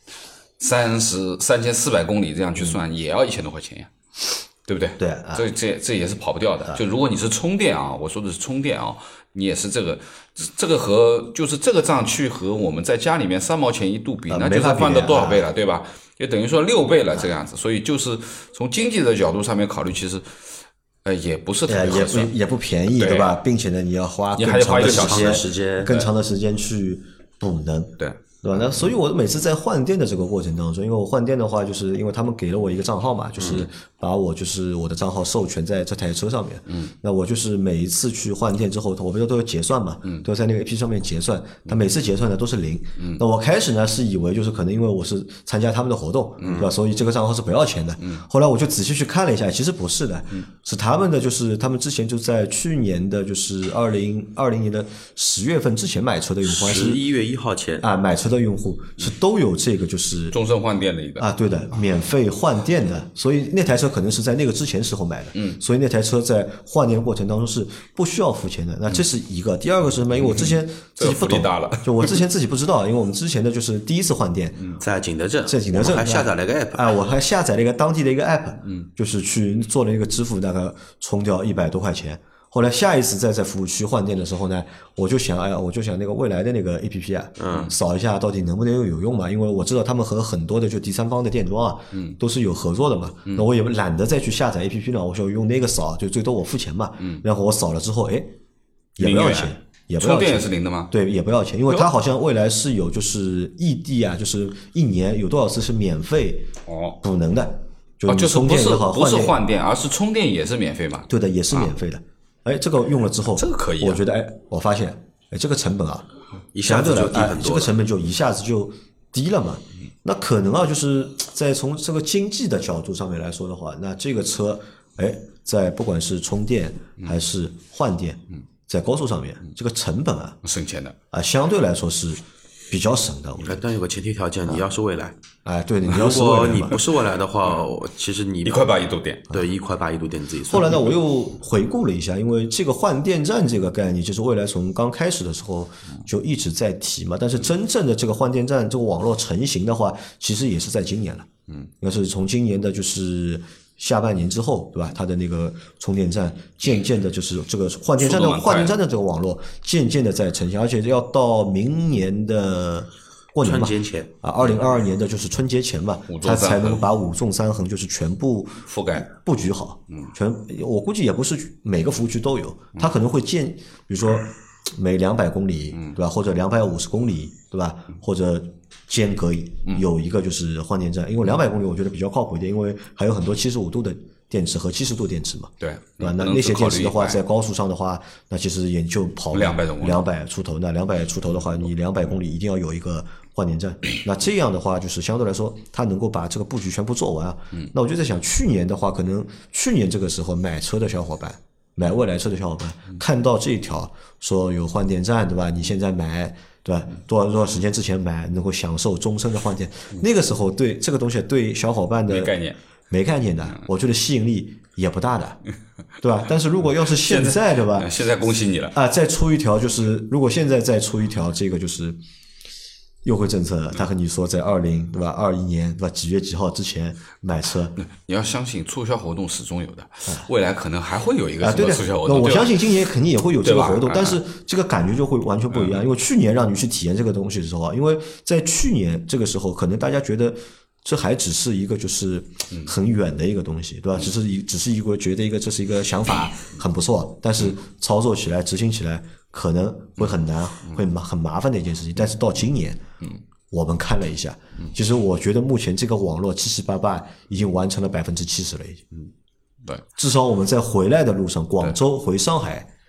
3400公里这样去算，也要1000多块钱呀。对不对？ 对这也是跑不掉的。就如果你是充电啊，我说的是充电啊，你也是这个和就是这个账去和我们在家里面3毛钱一度比，那就是翻到多少倍了，对吧？也等于说6倍了这个样子。所以就是从经济的角度上面考虑，其实也不是特别合算， 也不便宜，对吧？并且呢，你还得花 1个小时更长的时间去补能， 对吧？那所以我每次在换电的这个过程当中，因为我换电的话，就是因为他们给了我一个账号嘛，就是把我就是我的账号授权在这台车上面。那我就是每一次去换电之后，我不是都有结算嘛，都在那个 APP 上面结算。他每次结算的都是0。那我开始呢是以为就是可能因为我是参加他们的活动，对吧？所以这个账号是不要钱的。后来我就仔细去看了一下，其实不是的，是他们的就是他们之前就在去年的就是2020年的10月份之前买车的用户 ，11月1号前买车的用户是都有这个就是终身换电的一个对的，免费换电的，所以那台车可能是在那个之前时候买的，所以那台车在换电过程当中是不需要付钱的。那这是一个，第二个是什么？因为我之前自己不懂，就我之前自己不知道，因为我们之前的就是第一次换电， 在景德镇， 我还下载了一个 app 我还下载了一个当地的一个 app，就是去做了一个支付，大概充掉100多块钱。后来下一次在服务区换电的时候呢，我就想那个未来的那个 APP 扫一下到底能不能有用嘛？因为我知道他们和很多的就第三方的电桩都是有合作的嘛。那我也懒得再去下载 APP 了，我就用那个扫，就最多我付钱嘛。然后我扫了之后，也不要钱，也不要钱。 充电也是0的吗？ 对，也不要钱，因为它好像未来是有就是异地就是1年有多少次是免费补能的， 就是充电也好， 不是换电，而是充电也是免费嘛？ 对的，也是免费的。这个用了之后， 这个可以， 我觉得我发现这个成本一下子就低很多， 这个成本就一下子就低了嘛。那可能就是在从这个经济的角度上面来说的话，那这个车在不管是充电还是换电，在高速上面这个成本省钱的相对来说是比较省的。 但有个前提条件，你要是蔚来。 对，你要是如果你不是蔚来的话，其实你 1.8块一度电， 对，1.8块一度电你自己算。 后来呢，我又回顾了一下，因为这个换电站这个概念，就是蔚来从刚开始的时候就一直在提嘛。但是真正的这个换电站这个网络成型的话，其实也是在今年了。应该是从今年的就是下半年之后，对吧？它的那个充电站渐渐的，就是这个换电站的这个网络渐渐的在成型，而且要到明年的过年嘛， 春节前 2022年的就是春节前嘛，它才能把5纵3横就是全部覆盖布局好。我估计也不是每个服务区都有，它可能会比如说每200公里，对吧？或者250公里，对吧？或者间隔有一个就是换电站，因为200公里我觉得比较靠谱一点，因为还有很多75度的电池和70度电池嘛， 对吧？那些电池的话，在高速上的话，那其实也就跑200出头。那200出头的话，你200公里一定要有一个换电站。那这样的话，就是相对来说，它能够把这个布局全部做完。那我就在想，去年的话，可能去年这个时候买车的小伙伴。买蔚来车的小伙伴看到这一条说有换电站，对吧？你现在买，对吧？多少时间之前买能够享受终身的换电，那个时候对这个东西对小伙伴的没概念的，我觉得吸引力也不大的，对吧？但是如果要是现在，对吧？ 现在恭喜你了再出一条，就是如果现在再出一条，这个就是优惠政策，他和你说在对吧21年对吧几月几号之前买车， 你要相信促销活动始终有的，未来可能还会有一个什么促销活动。 那我相信今年肯定也会有这个活动，但是这个感觉就会完全不一样。因为去年让你去体验这个东西的时候，因为在去年这个时候，可能大家觉得这还只是一个就是很远的一个东西，对吧？只是一个觉得这是一个想法很不错，但是操作起来执行起来可能会很难，会很麻烦的一件事情。但是到今年，我们看了一下，其实我觉得目前这个网络七七八八已经完成了70%了，已经。 对， 至少我们在回来的路上，广州回上海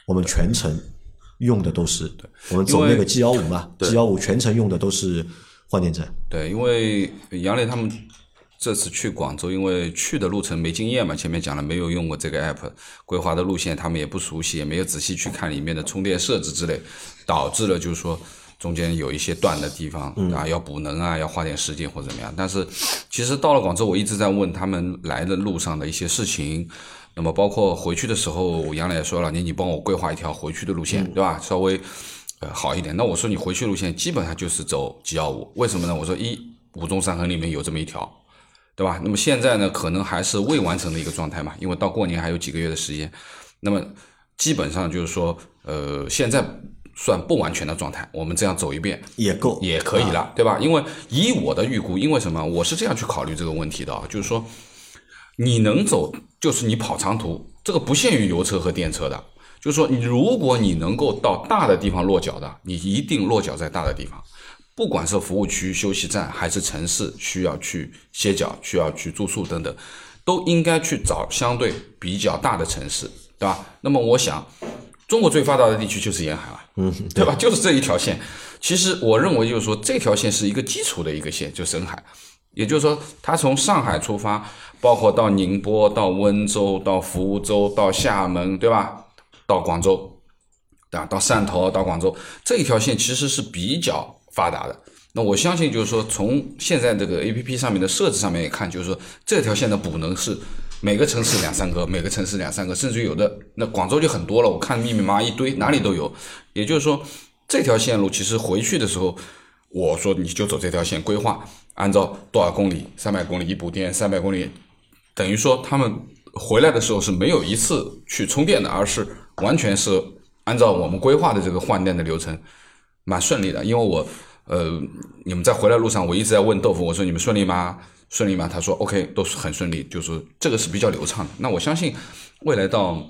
我们全程用的都是我们走那个 G15嘛，G15全程用的都是换电站。 对，因为杨磊他们这次去广州，因为去的路程没经验嘛，前面讲了没有用过这个 app， 规划的路线他们也不熟悉，也没有仔细去看里面的充电设置之类，导致了就是说中间有一些断的地方啊，要补能啊，要花点时间或者怎么样。但是其实到了广州，我一直在问他们来的路上的一些事情。那么包括回去的时候，杨磊也说了，你帮我规划一条回去的路线，对吧？稍微好一点。那我说你回去路线基本上就是走 G15， 为什么呢？我说五纵三横里面有这么一条，对吧？那么现在呢，可能还是未完成的一个状态嘛，因为到过年还有几个月的时间。那么基本上就是说，现在算不完全的状态，我们这样走一遍也够， 也可以了，对吧？因为以我的预估，因为什么？我是这样去考虑这个问题的啊，就是说你能走，就是你跑长途，这个不限于油车和电车的。就是说，如果你能够到大的地方落脚的，你一定落脚在大的地方，不管是服务区、休息站，还是城市需要去歇脚、需要去住宿等等，都应该去找相对比较大的城市，对吧？那么我想，中国最发达的地区就是沿海了，对吧？就是这一条线。其实我认为就是说，这条线是一个基础的一个线，就深海。也就是说，它从上海出发，包括到宁波、到温州、到福州、到厦门，对吧？到广州，对吧？到汕头、到广州，这一条线其实是比较发达的。那我相信就是说，从现在这个 APP 上面的设置上面也看，就是说这条线的补能是每个城市2-3个，每个城市2-3个，甚至有的那广州就很多了，我看密密麻麻一堆，哪里都有。也就是说，这条线路其实回去的时候，我说你就走这条线规划。按照多少公里，300公里一补电，300公里，等于说他们回来的时候是没有一次去充电的，而是完全是按照我们规划的这个换电的流程，蛮顺利的。因为我你们在回来路上，我一直在问豆腐，我说你们顺利吗？顺利吗？他说 OK， 都是很顺利，就是说这个是比较流畅的。那我相信未来到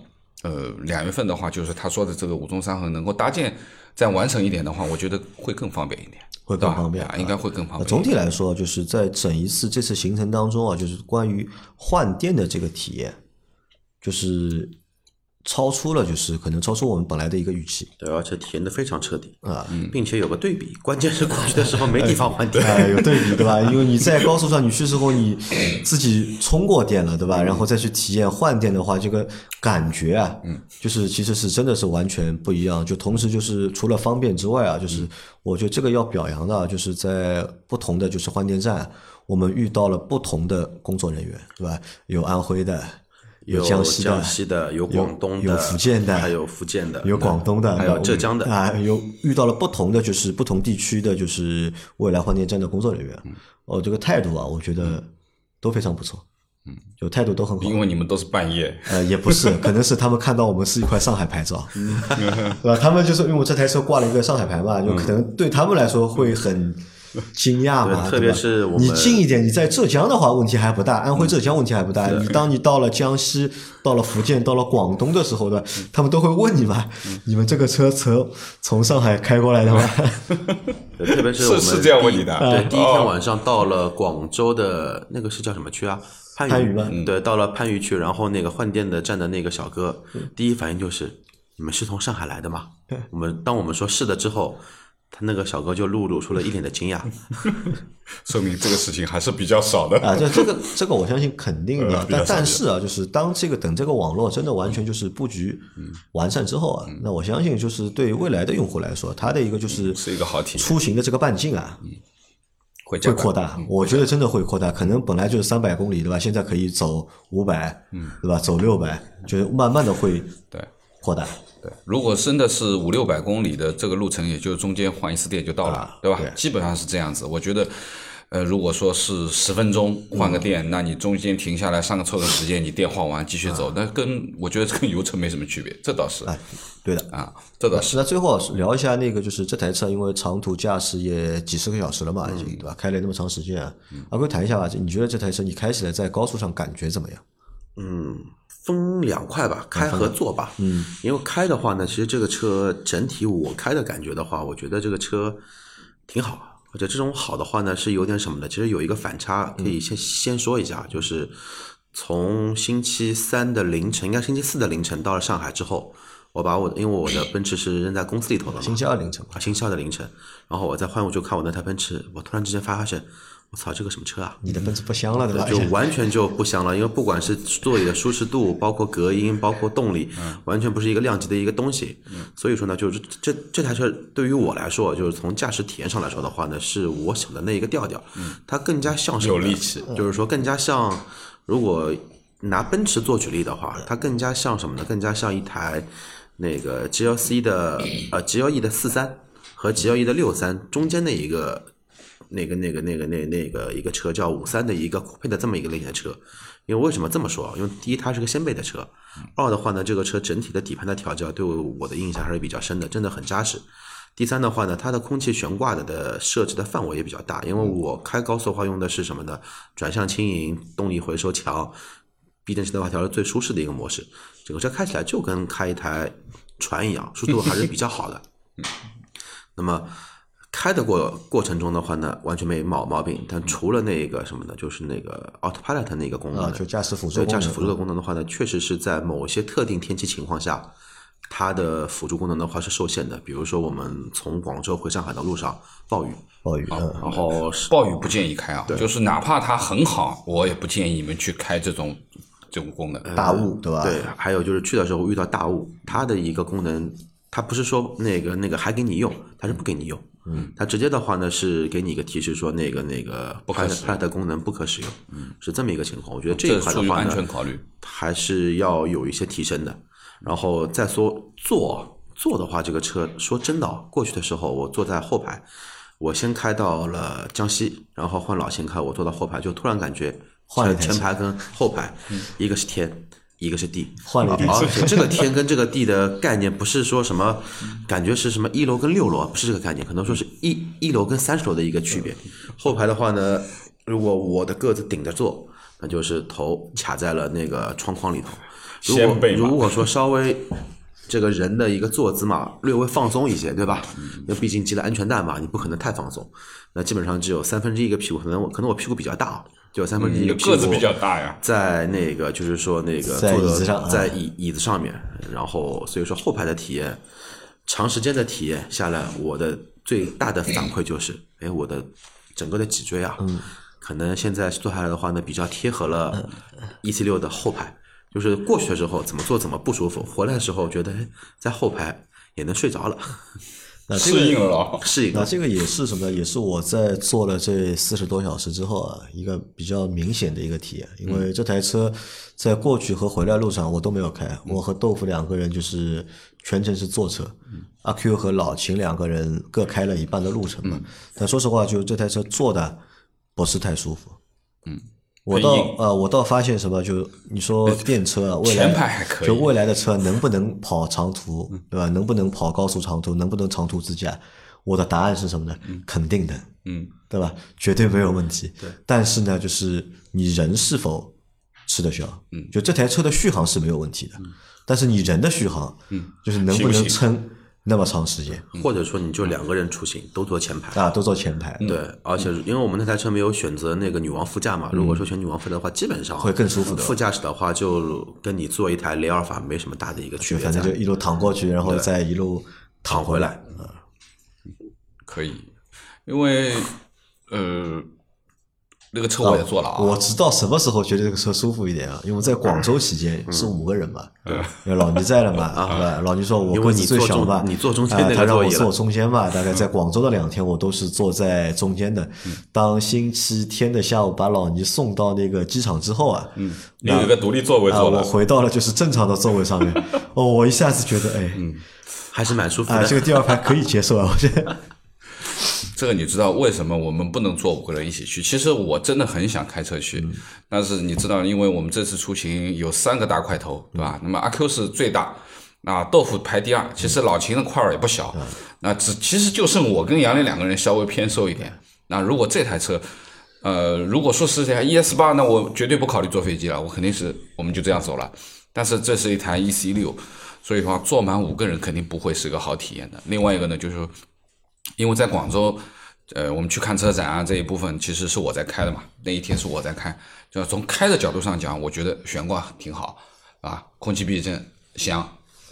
2月份的话，就是他说的这个五纵三横能够搭建再完成一点的话，我觉得会更方便一点。 会更方便， 应该会更方便。 总体来说，就是在这次行程当中啊，就是关于换电的这个体验，就是可能超出我们本来的一个预期。 对，而且体验的非常彻底啊，并且有个对比，关键是过去的时候没地方换电， 有对比对吧？因为你在高速上你去之后，你自己充过电了对吧？然后再去体验换电的话，这个感觉啊，就是其实是真的是完全不一样。就同时就是除了方便之外啊，就是我觉得这个要表扬的，就是在不同的就是换电站，我们遇到了不同的工作人员，对吧？有安徽的。有江西的， 有广东的， 有福建的， 还有福建的， 有广东的， 还有浙江的啊，有遇到了不同的就是不同地区的就是未来换电站的工作人员，这个态度啊，我觉得都非常不错，就态度都很好。 因为你们都是半夜， 也不是，可能是他们看到我们是一块上海牌照，对吧？他们就是因为我这台车挂了一个上海牌嘛，就可能对他们来说会很惊讶嘛， 特别是我们你近一点，你在浙江的话问题还不大，安徽浙江问题还不大。当你到了江西、到了福建、到了广东的时候呢，他们都会问你嘛，你们这个车从上海开过来的吗？ 特别是我们是这样问你的。 对，第一天晚上到了广州的那个是叫什么区啊？番禺吗？对，到了番禺区，然后那个换电的站的那个小哥，第一反应就是你们是从上海来的吗？当我们说是的之后。他那个小哥就露出了一脸的惊讶， 说明这个事情还是比较少的啊。这个我相信肯定的，但是啊，就是等这个网络真的完全就是布局完善之后啊，那我相信就是对未来的用户来说，它的一个就是一个好体验， 出行的这个半径啊，会扩大。我觉得真的会扩大，可能本来就是300公里对吧？现在可以走500，对吧？走600，就是慢慢的会扩大。 对，如果真的是500-600公里的这个路程，也就中间换一次电就到了，对吧？基本上是这样子。我觉得，如果说是10分钟换个电，那你中间停下来上个厕所时间，你电换完继续走，那我觉得跟油车没什么区别，这倒是。 对的啊，这倒是。 那最后聊一下那个，就是这台车，因为长途驾驶也几十个小时了嘛，已经对吧？开了那么长时间啊，阿贵谈一下吧，你觉得这台车你开起来在高速上感觉怎么样？ 分两块吧，开和坐吧。因为开的话呢，其实这个车整体我开的感觉的话，我觉得这个车挺好。而且这种好的话呢，是有点什么的。其实有一个反差，可以先说一下，就是从星期3的凌晨，应该星期4的凌晨到了上海之后， 因为我的奔驰是扔在公司里头的嘛， 星期二凌晨啊，星期二的凌晨，然后我再换过去看我那台奔驰，我突然之间发现，我操，这个什么车啊？ 你的奔驰不香了对吧？ 就完全就不香了，因为不管是座椅的舒适度，包括隔音，包括动力，完全不是一个量级的一个东西。所以说呢，就是这台车对于我来说，就是从驾驶体验上来说的话呢，是我想的那一个调调。它更加像什么？ 有力气， 就是说更加像，如果拿奔驰做举例的话，它更加像什么呢？更加像一台那个 GLE 的43和 GLE 的63中间的一个一个车叫53的一个酷配的这么一个类型的车。因为为什么这么说？因为第一它是个掀背的车，二的话呢，这个车整体的底盘的调教对我的印象还是比较深的，真的很扎实。第三的话呢，它的空气悬挂的设置的范围也比较大，因为我开高速的话用的是什么呢？转向轻盈，动力回收强，避震器的话调是最舒适的一个模式，整个车开起来就跟开一台船一样，舒适度还是比较好的。那么开的过程中的话呢，完全没毛病，但除了那个什么呢，就是那个 Autopilot 那个功能， 就驾驶辅助对驾驶辅助的功能的话呢，确实是在某些特定天气情况下，它的辅助功能的话是受限的。比如说我们从广州回上海的路上暴雨，然后暴雨不建议开啊，就是哪怕它很好，我也不建议你们去开这种功能。 大雾对吧？ 对，还有就是去的时候遇到大雾，它的一个功能，它不是说那个还给你用，它是不给你用。它直接的话呢是给你一个提示说那个不可使用， 它的功能不可使用，是这么一个情况。我觉得这一块的话呢， 安全考虑还是要有一些提升的。然后再说坐的话，这个车说真的，过去的时候我坐在后排，我先开到了江西，然后换老秦开，我坐到后排，就突然感觉前排跟后排一个是天，一个是地， 换了一而且这个天跟这个地的概念不是说什么感觉是什么1楼跟6楼，不是这个概念，可能说是一楼跟30楼的一个区别。后排的话呢，如果我的个子顶着坐，那就是头卡在了那个窗框里头。如果说稍微这个人的一个坐姿嘛，略微放松一些，对吧？因为毕竟系了安全带嘛，你不可能太放松。那基本上只有1/3一个屁股，可能我屁股比较大，就有1/3一个屁股。 个子比较大呀， 在那个就是说那个在椅子上， 在椅子上面，然后所以说后排的体验，长时间的体验下来，我的最大的反馈就是，我的整个的脊椎啊，可能现在坐下来的话呢，比较贴合了 EC6 的后排。就是过去的时候怎么做怎么不舒服，回来的时候觉得在后排也能睡着了， 适应了。 那这个也是什么呢？也是我在坐了这40多小时之后啊，一个比较明显的一个体验。因为这台车在过去和回来路上我都没有开，我和豆腐两个人就是全程是坐车，阿 Q 和老秦两个人各开了一半的路程嘛。但说实话，就这台车坐的不是太舒服。我倒发现什么，就你说电车啊，未来前排还可以， 就未来的车能不能跑长途，对吧？能不能跑高速长途，能不能长途自驾？我的答案是什么呢？肯定的，对吧？绝对没有问题。 对， 但是呢，就是你人是否吃得消？就这台车的续航是没有问题的，但是你人的续航，就是能不能撑那么长时间， 或者说你就2个人出行都坐前排啊，都坐前排。 对，而且因为我们那台车没有选择那个女王副驾嘛，如果说选女王副驾的话，基本上会更舒服的。 副驾驶的话，就跟你坐一台雷阿尔法没什么大的一个区别， 反正就一路躺过去，然后再一路躺回来。 可以，因为那个车我也坐了啊。 我直到什么时候觉得这个车舒服一点啊？因为在广州期间是5个人嘛，对，因为老倪在了嘛，对吧？老倪说我个子最小嘛， 你坐中间那个他让我坐中间嘛。大概在广州的2天，我都是坐在中间的。当星期天的下午把老倪送到那个机场之后啊， 你有一个独立座位坐了， 我回到了就是正常的座位上面。我一下子觉得， 还是蛮舒服的。 这个第2排可以接受啊，我觉得。 这个你知道为什么我们不能坐5个人一起去？其实我真的很想开车去，但是你知道，因为我们这次出行有3个大块头，对吧？那么阿 Q 是最大，豆腐排第2，其实老秦的块儿也不小，那其实就剩我跟杨磊2个人稍微偏瘦一点。那如果这台车，如果说是这台 ES8，那我绝对不考虑坐飞机了，我们就这样走了。但是这是一台 EC6，所以说坐满5个人肯定不会是个好体验的。另外一个呢，就是因为在广州，我们去看车展啊这一部分其实是我在开的嘛，那一天是我在开，就从开的角度上讲，我觉得悬挂挺好啊，空气避震香，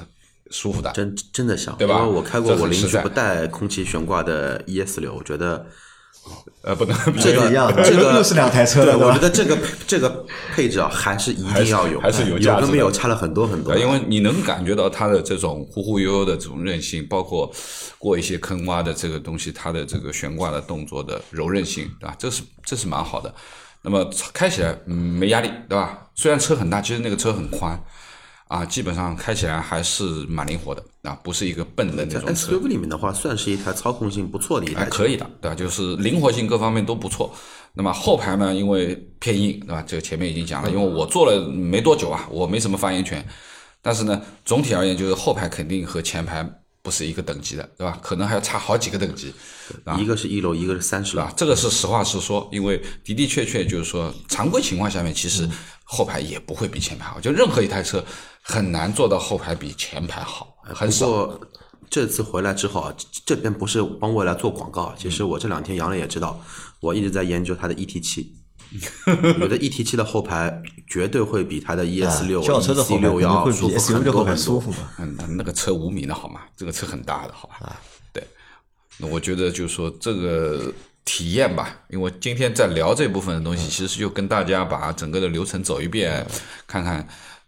舒服的， 真的香， 对吧？ 因为我开过我邻居这很实在不带空气悬挂的 ES6，我觉得不能这个一样的这个又是两台车了对， 对吧我觉得这个配置啊，还是一定要有， 还是有价值的有跟没有差了很多很多。 因为你能感觉到它的这种忽忽悠悠的这种韧性，包括过一些坑洼的这个东西，它的这个悬挂的动作的柔韧性，对吧？这是蛮好的。那么开起来没压力，对吧？虽然车很大，其实那个车很宽啊，基本上开起来还是蛮灵活的啊，不是一个笨的那种车。 SUV 里面的话，算是一台操控性不错的一台车， 可以的，对吧？就是灵活性各方面都不错。那么后排呢，因为偏硬，对吧？这个前面已经讲了，因为我坐了没多久啊，我没什么发言权。但是呢，总体而言，就是后排肯定和前排不是一个等级的，对吧？可能还要差好几个等级。 一个是1楼，一个是30楼， 这个是实话实说，因为的确就是说，常规情况下面，其实后排也不会比前排好，就任何一台车很难做到后排比前排好，很少。 不过这次回来之后啊，这边不是帮未来做广告，其实我这2天杨磊也知道，我一直在研究它的 ET7。我觉得 ET7 的后排绝对会比它的 ES6、 轿车的后排 EC6要会比舒服 SUV 的后排很多舒服嘛？ 那个车5米的好吗？这个车很大的好吧？对，那我觉得就是说这个体验吧，因为今天在聊这部分的东西，其实就跟大家把整个的流程走一遍，看看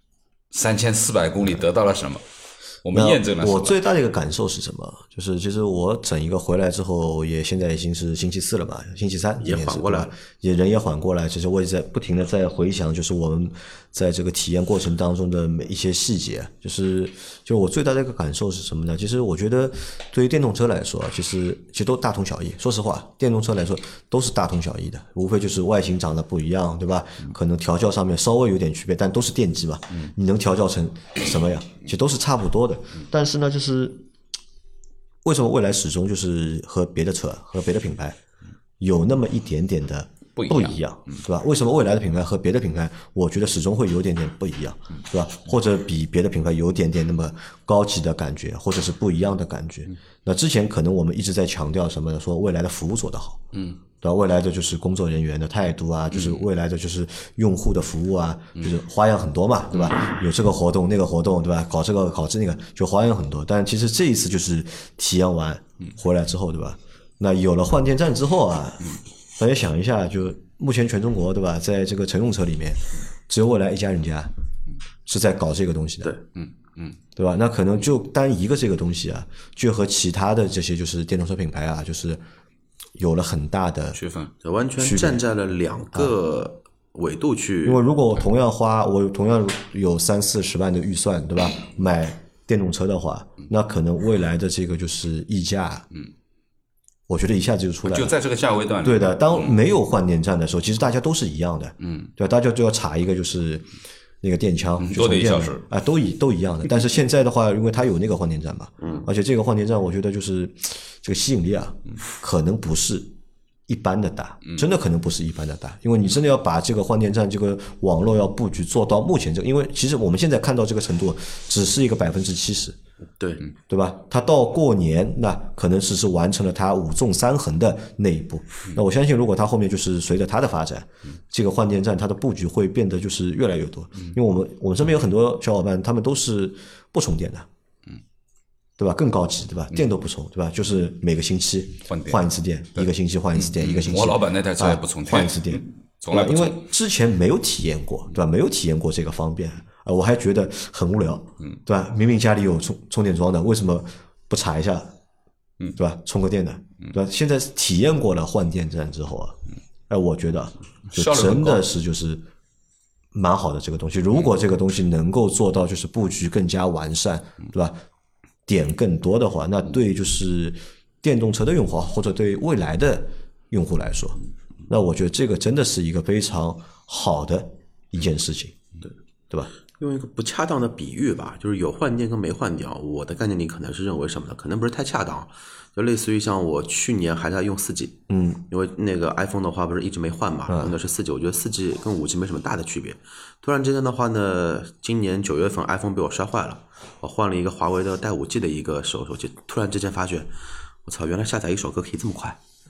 3400公里得到了什么。我们验证了。 我最大的一个感受是什么？就是其实我整一个回来之后，也现在已经是星期4了嘛，星期3 也缓过来了， 也人也缓过来。其实我也在不停的在回想，就是我们在这个体验过程当中的每一些细节。就是我最大的一个感受是什么呢？其实我觉得对于电动车来说，其实都大同小异。说实话，电动车来说都是大同小异的，无非就是外形长得不一样，对吧？可能调教上面稍微有点区别，但都是电机嘛，你能调教成什么样？其实都是差不多的。但是呢，就是为什么未来始终就是和别的车和别的品牌有那么一点点的不一样，对吧？为什么未来的品牌和别的品牌，我觉得始终会有点点不一样，对吧？或者比别的品牌有点点那么高级的感觉，或者是不一样的感觉。那之前可能我们一直在强调什么呢？说未来的服务做得好，对吧？未来的就是工作人员的态度啊，就是未来的就是用户的服务啊，就是花样很多嘛，对吧？有这个活动那个活动，对吧？搞这个搞那个，就花样很多。但其实这一次就是体验完回来之后，对吧？那有了换电站之后啊，大家想一下，就目前全中国，对吧？在这个乘用车里面，只有蔚来一家人家是在搞这个东西的， 对， 对吧？那可能就单一个这个东西啊，就和其他的这些就是电动车品牌啊，就是有了很大的区分， 完全站在了2个纬度去。 因为如果我同样有30-40万的预算，对吧？买电动车的话，那可能未来的这个就是溢价，我觉得一下子就出来了， 就在这个价位段里。 对的，当没有换电站的时候，其实大家都是一样的，对吧？大家就要插一个就是那个电枪， 多得1小时啊，都一样的。但是现在的话，因为它有那个换电站嘛，而且这个换电站，我觉得就是这个吸引力啊，可能不是一般的大，真的可能不是一般的大，因为你真的要把这个换电站这个网络要布局做到目前这个，因为其实我们现在看到这个程度，只是一个70%。对吧？它到过年，那可能只是完成了它5纵3横的那一步。那我相信，如果它后面就是随着它的发展，这个换电站它的布局会变得就是越来越多。因为我们身边有很多小伙伴，他们都是不充电的，对吧？更高级，对吧？电都不充，对吧？就是每个星期换一次电，一个星期换一次电，一个星期。 我老板那台车也不充电， 换一次电， 从来不充。 因为之前没有体验过，对吧？没有体验过这个方便。我还觉得很无聊，对吧？明明家里有充电桩的，为什么不查一下，对吧？充个电的，对吧？现在体验过了换电站之后啊，我觉得就真的是就是蛮好的这个东西。如果这个东西能够做到就是布局更加完善，对吧？点更多的话，那对就是电动车的用户或者对未来的用户来说，那我觉得这个真的是一个非常好的一件事情，对吧？ 用一个不恰当的比喻吧，就是有换电跟没换电，我的概念里可能是认为什么呢？可能不是太恰当，就类似于像我去年还在用4G，因为那个 iPhone 的话不是一直没换嘛，用的是4G，我觉得4G 跟5G 没什么大的区别。突然之间的话呢，今年9月份 iPhone 被我摔坏了，我换了一个华为的带5G 的一个手机，突然之间发觉，我操，原来下载一首歌可以这么快。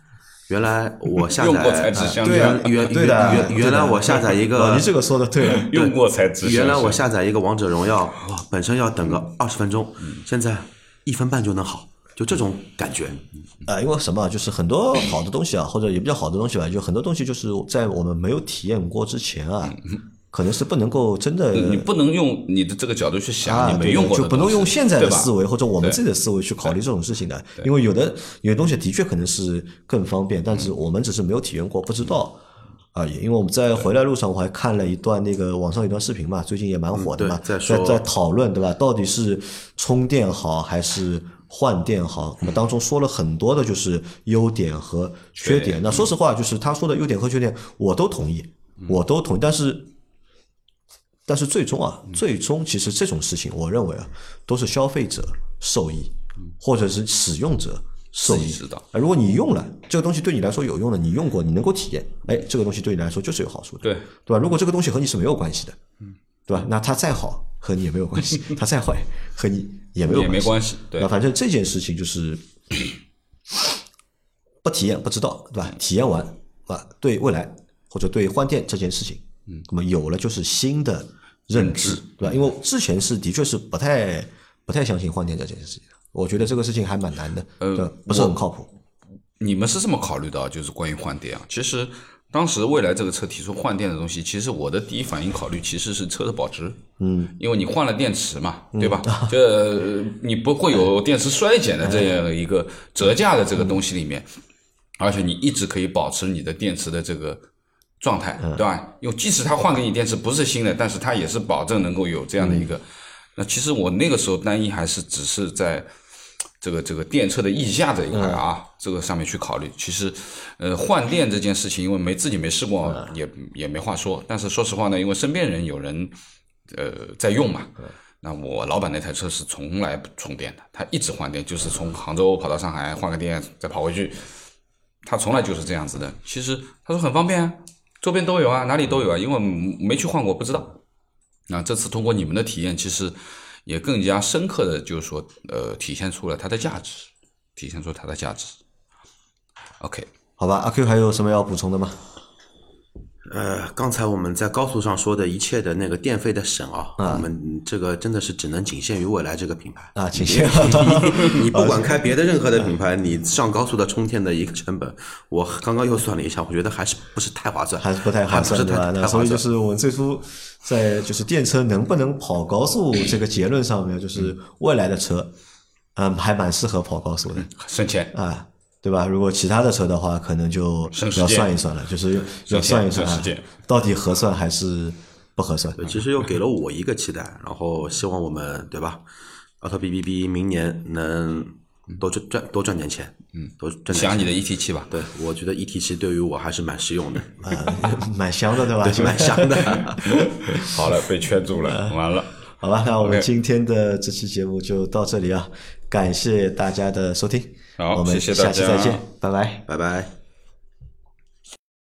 原来我下载用过才知香。 对啊，对的， 原来我下载一个， 你这个说的对了， 用过才知香。 原来我下载一个王者荣耀，哇，本身要等个20分钟，现在1分半就能好，就这种感觉。 因为什么，就是很多好的东西啊，或者也比较好的东西吧，就很多东西就是在我们没有体验过之前啊，可能是不能够真的， 你不能用你的这个角度去想，你没用过的就不能用现在的思维或者我们对自己的思维去考虑这种事情的，因为有的东西的确可能是更方便，但是我们只是没有体验过，不知道而已。因为我们在回来路上，我还看了一段那个网上有段视频嘛，最近也蛮火的嘛，在讨论对吧？到底是充电好还是换电好？我们当中说了很多的就是优点和缺点。那说实话，就是他说的优点和缺点，我都同意，但是最终其实这种事情，我认为啊，都是消费者受益，或者是使用者受益。如果你用了这个东西对你来说有用的，你用过，你能够体验，这个东西对你来说就是有好处的，对吧？如果这个东西和你是没有关系的，对吧？那它再好和你也没有关系，它再坏和你也没有关系， 对吧？ 反正这件事情就是不体验不知道，对吧？体验完啊，对未来或者对换电这件事情，那么有了就是新的认知，对吧？因为之前是的确是不太相信换电这件事情，我觉得这个事情还蛮难的，不是很靠谱。 你们是这么考虑的啊？就是关于换电啊，其实当时蔚来这个车提出换电的东西，其实我的第一反应考虑其实是车的保值，因为你换了电池嘛，对吧？这你不会有电池衰减的这样一个折价的这个东西里面，而且你一直可以保持你的电池的这个状态，对吧？因为即使他换给你电池不是新的，但是他也是保证能够有这样的一个。那其实我那个时候单一还是只是在这个电车的溢价这一块啊，这个上面去考虑。其实换电这件事情，因为自己没试过，也没话说。但是说实话呢，因为身边人有人在用嘛，那我老板那台车是从来不充电的，他一直换电，就是从杭州跑到上海换个电再跑回去，他从来就是这样子的。其实他说很方便啊，周边都有啊，哪里都有啊，因为没去换过不知道。那这次通过你们的体验，其实也更加深刻的就是说体现出了它的价值，OK， 好吧，阿 Q 还有什么要补充的吗？ 刚才我们在高速上说的一切的那个电费的省我们这个真的是只能仅限于蔚来这个品牌啊，仅限你不管开别的任何的品牌，你上高速的充电的一个成本，我刚刚又算了一下，我觉得还是不是太划算， 还是不太划算，对吧？那所以就是我们最初在就是电车能不能跑高速这个结论上面，就是蔚来的车，还蛮适合跑高速的， 省钱啊。对吧？如果其他的车的话，可能就要算一算了，就是要算一算到底合算还是不合算。 其实又给了我一个期待，然后希望我们对吧，AutoBBB 明年能多赚点钱，多赚点钱。 想你的 ET7 吧， 对，我觉得 ET7 对于我还是蛮实用的， 蛮香的，对吧？ 对，蛮香的。 好了，被圈住了，完了。 好吧，那我们今天的这期节目就到这里啊，感谢大家的收听， 好， 我们下期再见，拜拜， 拜拜。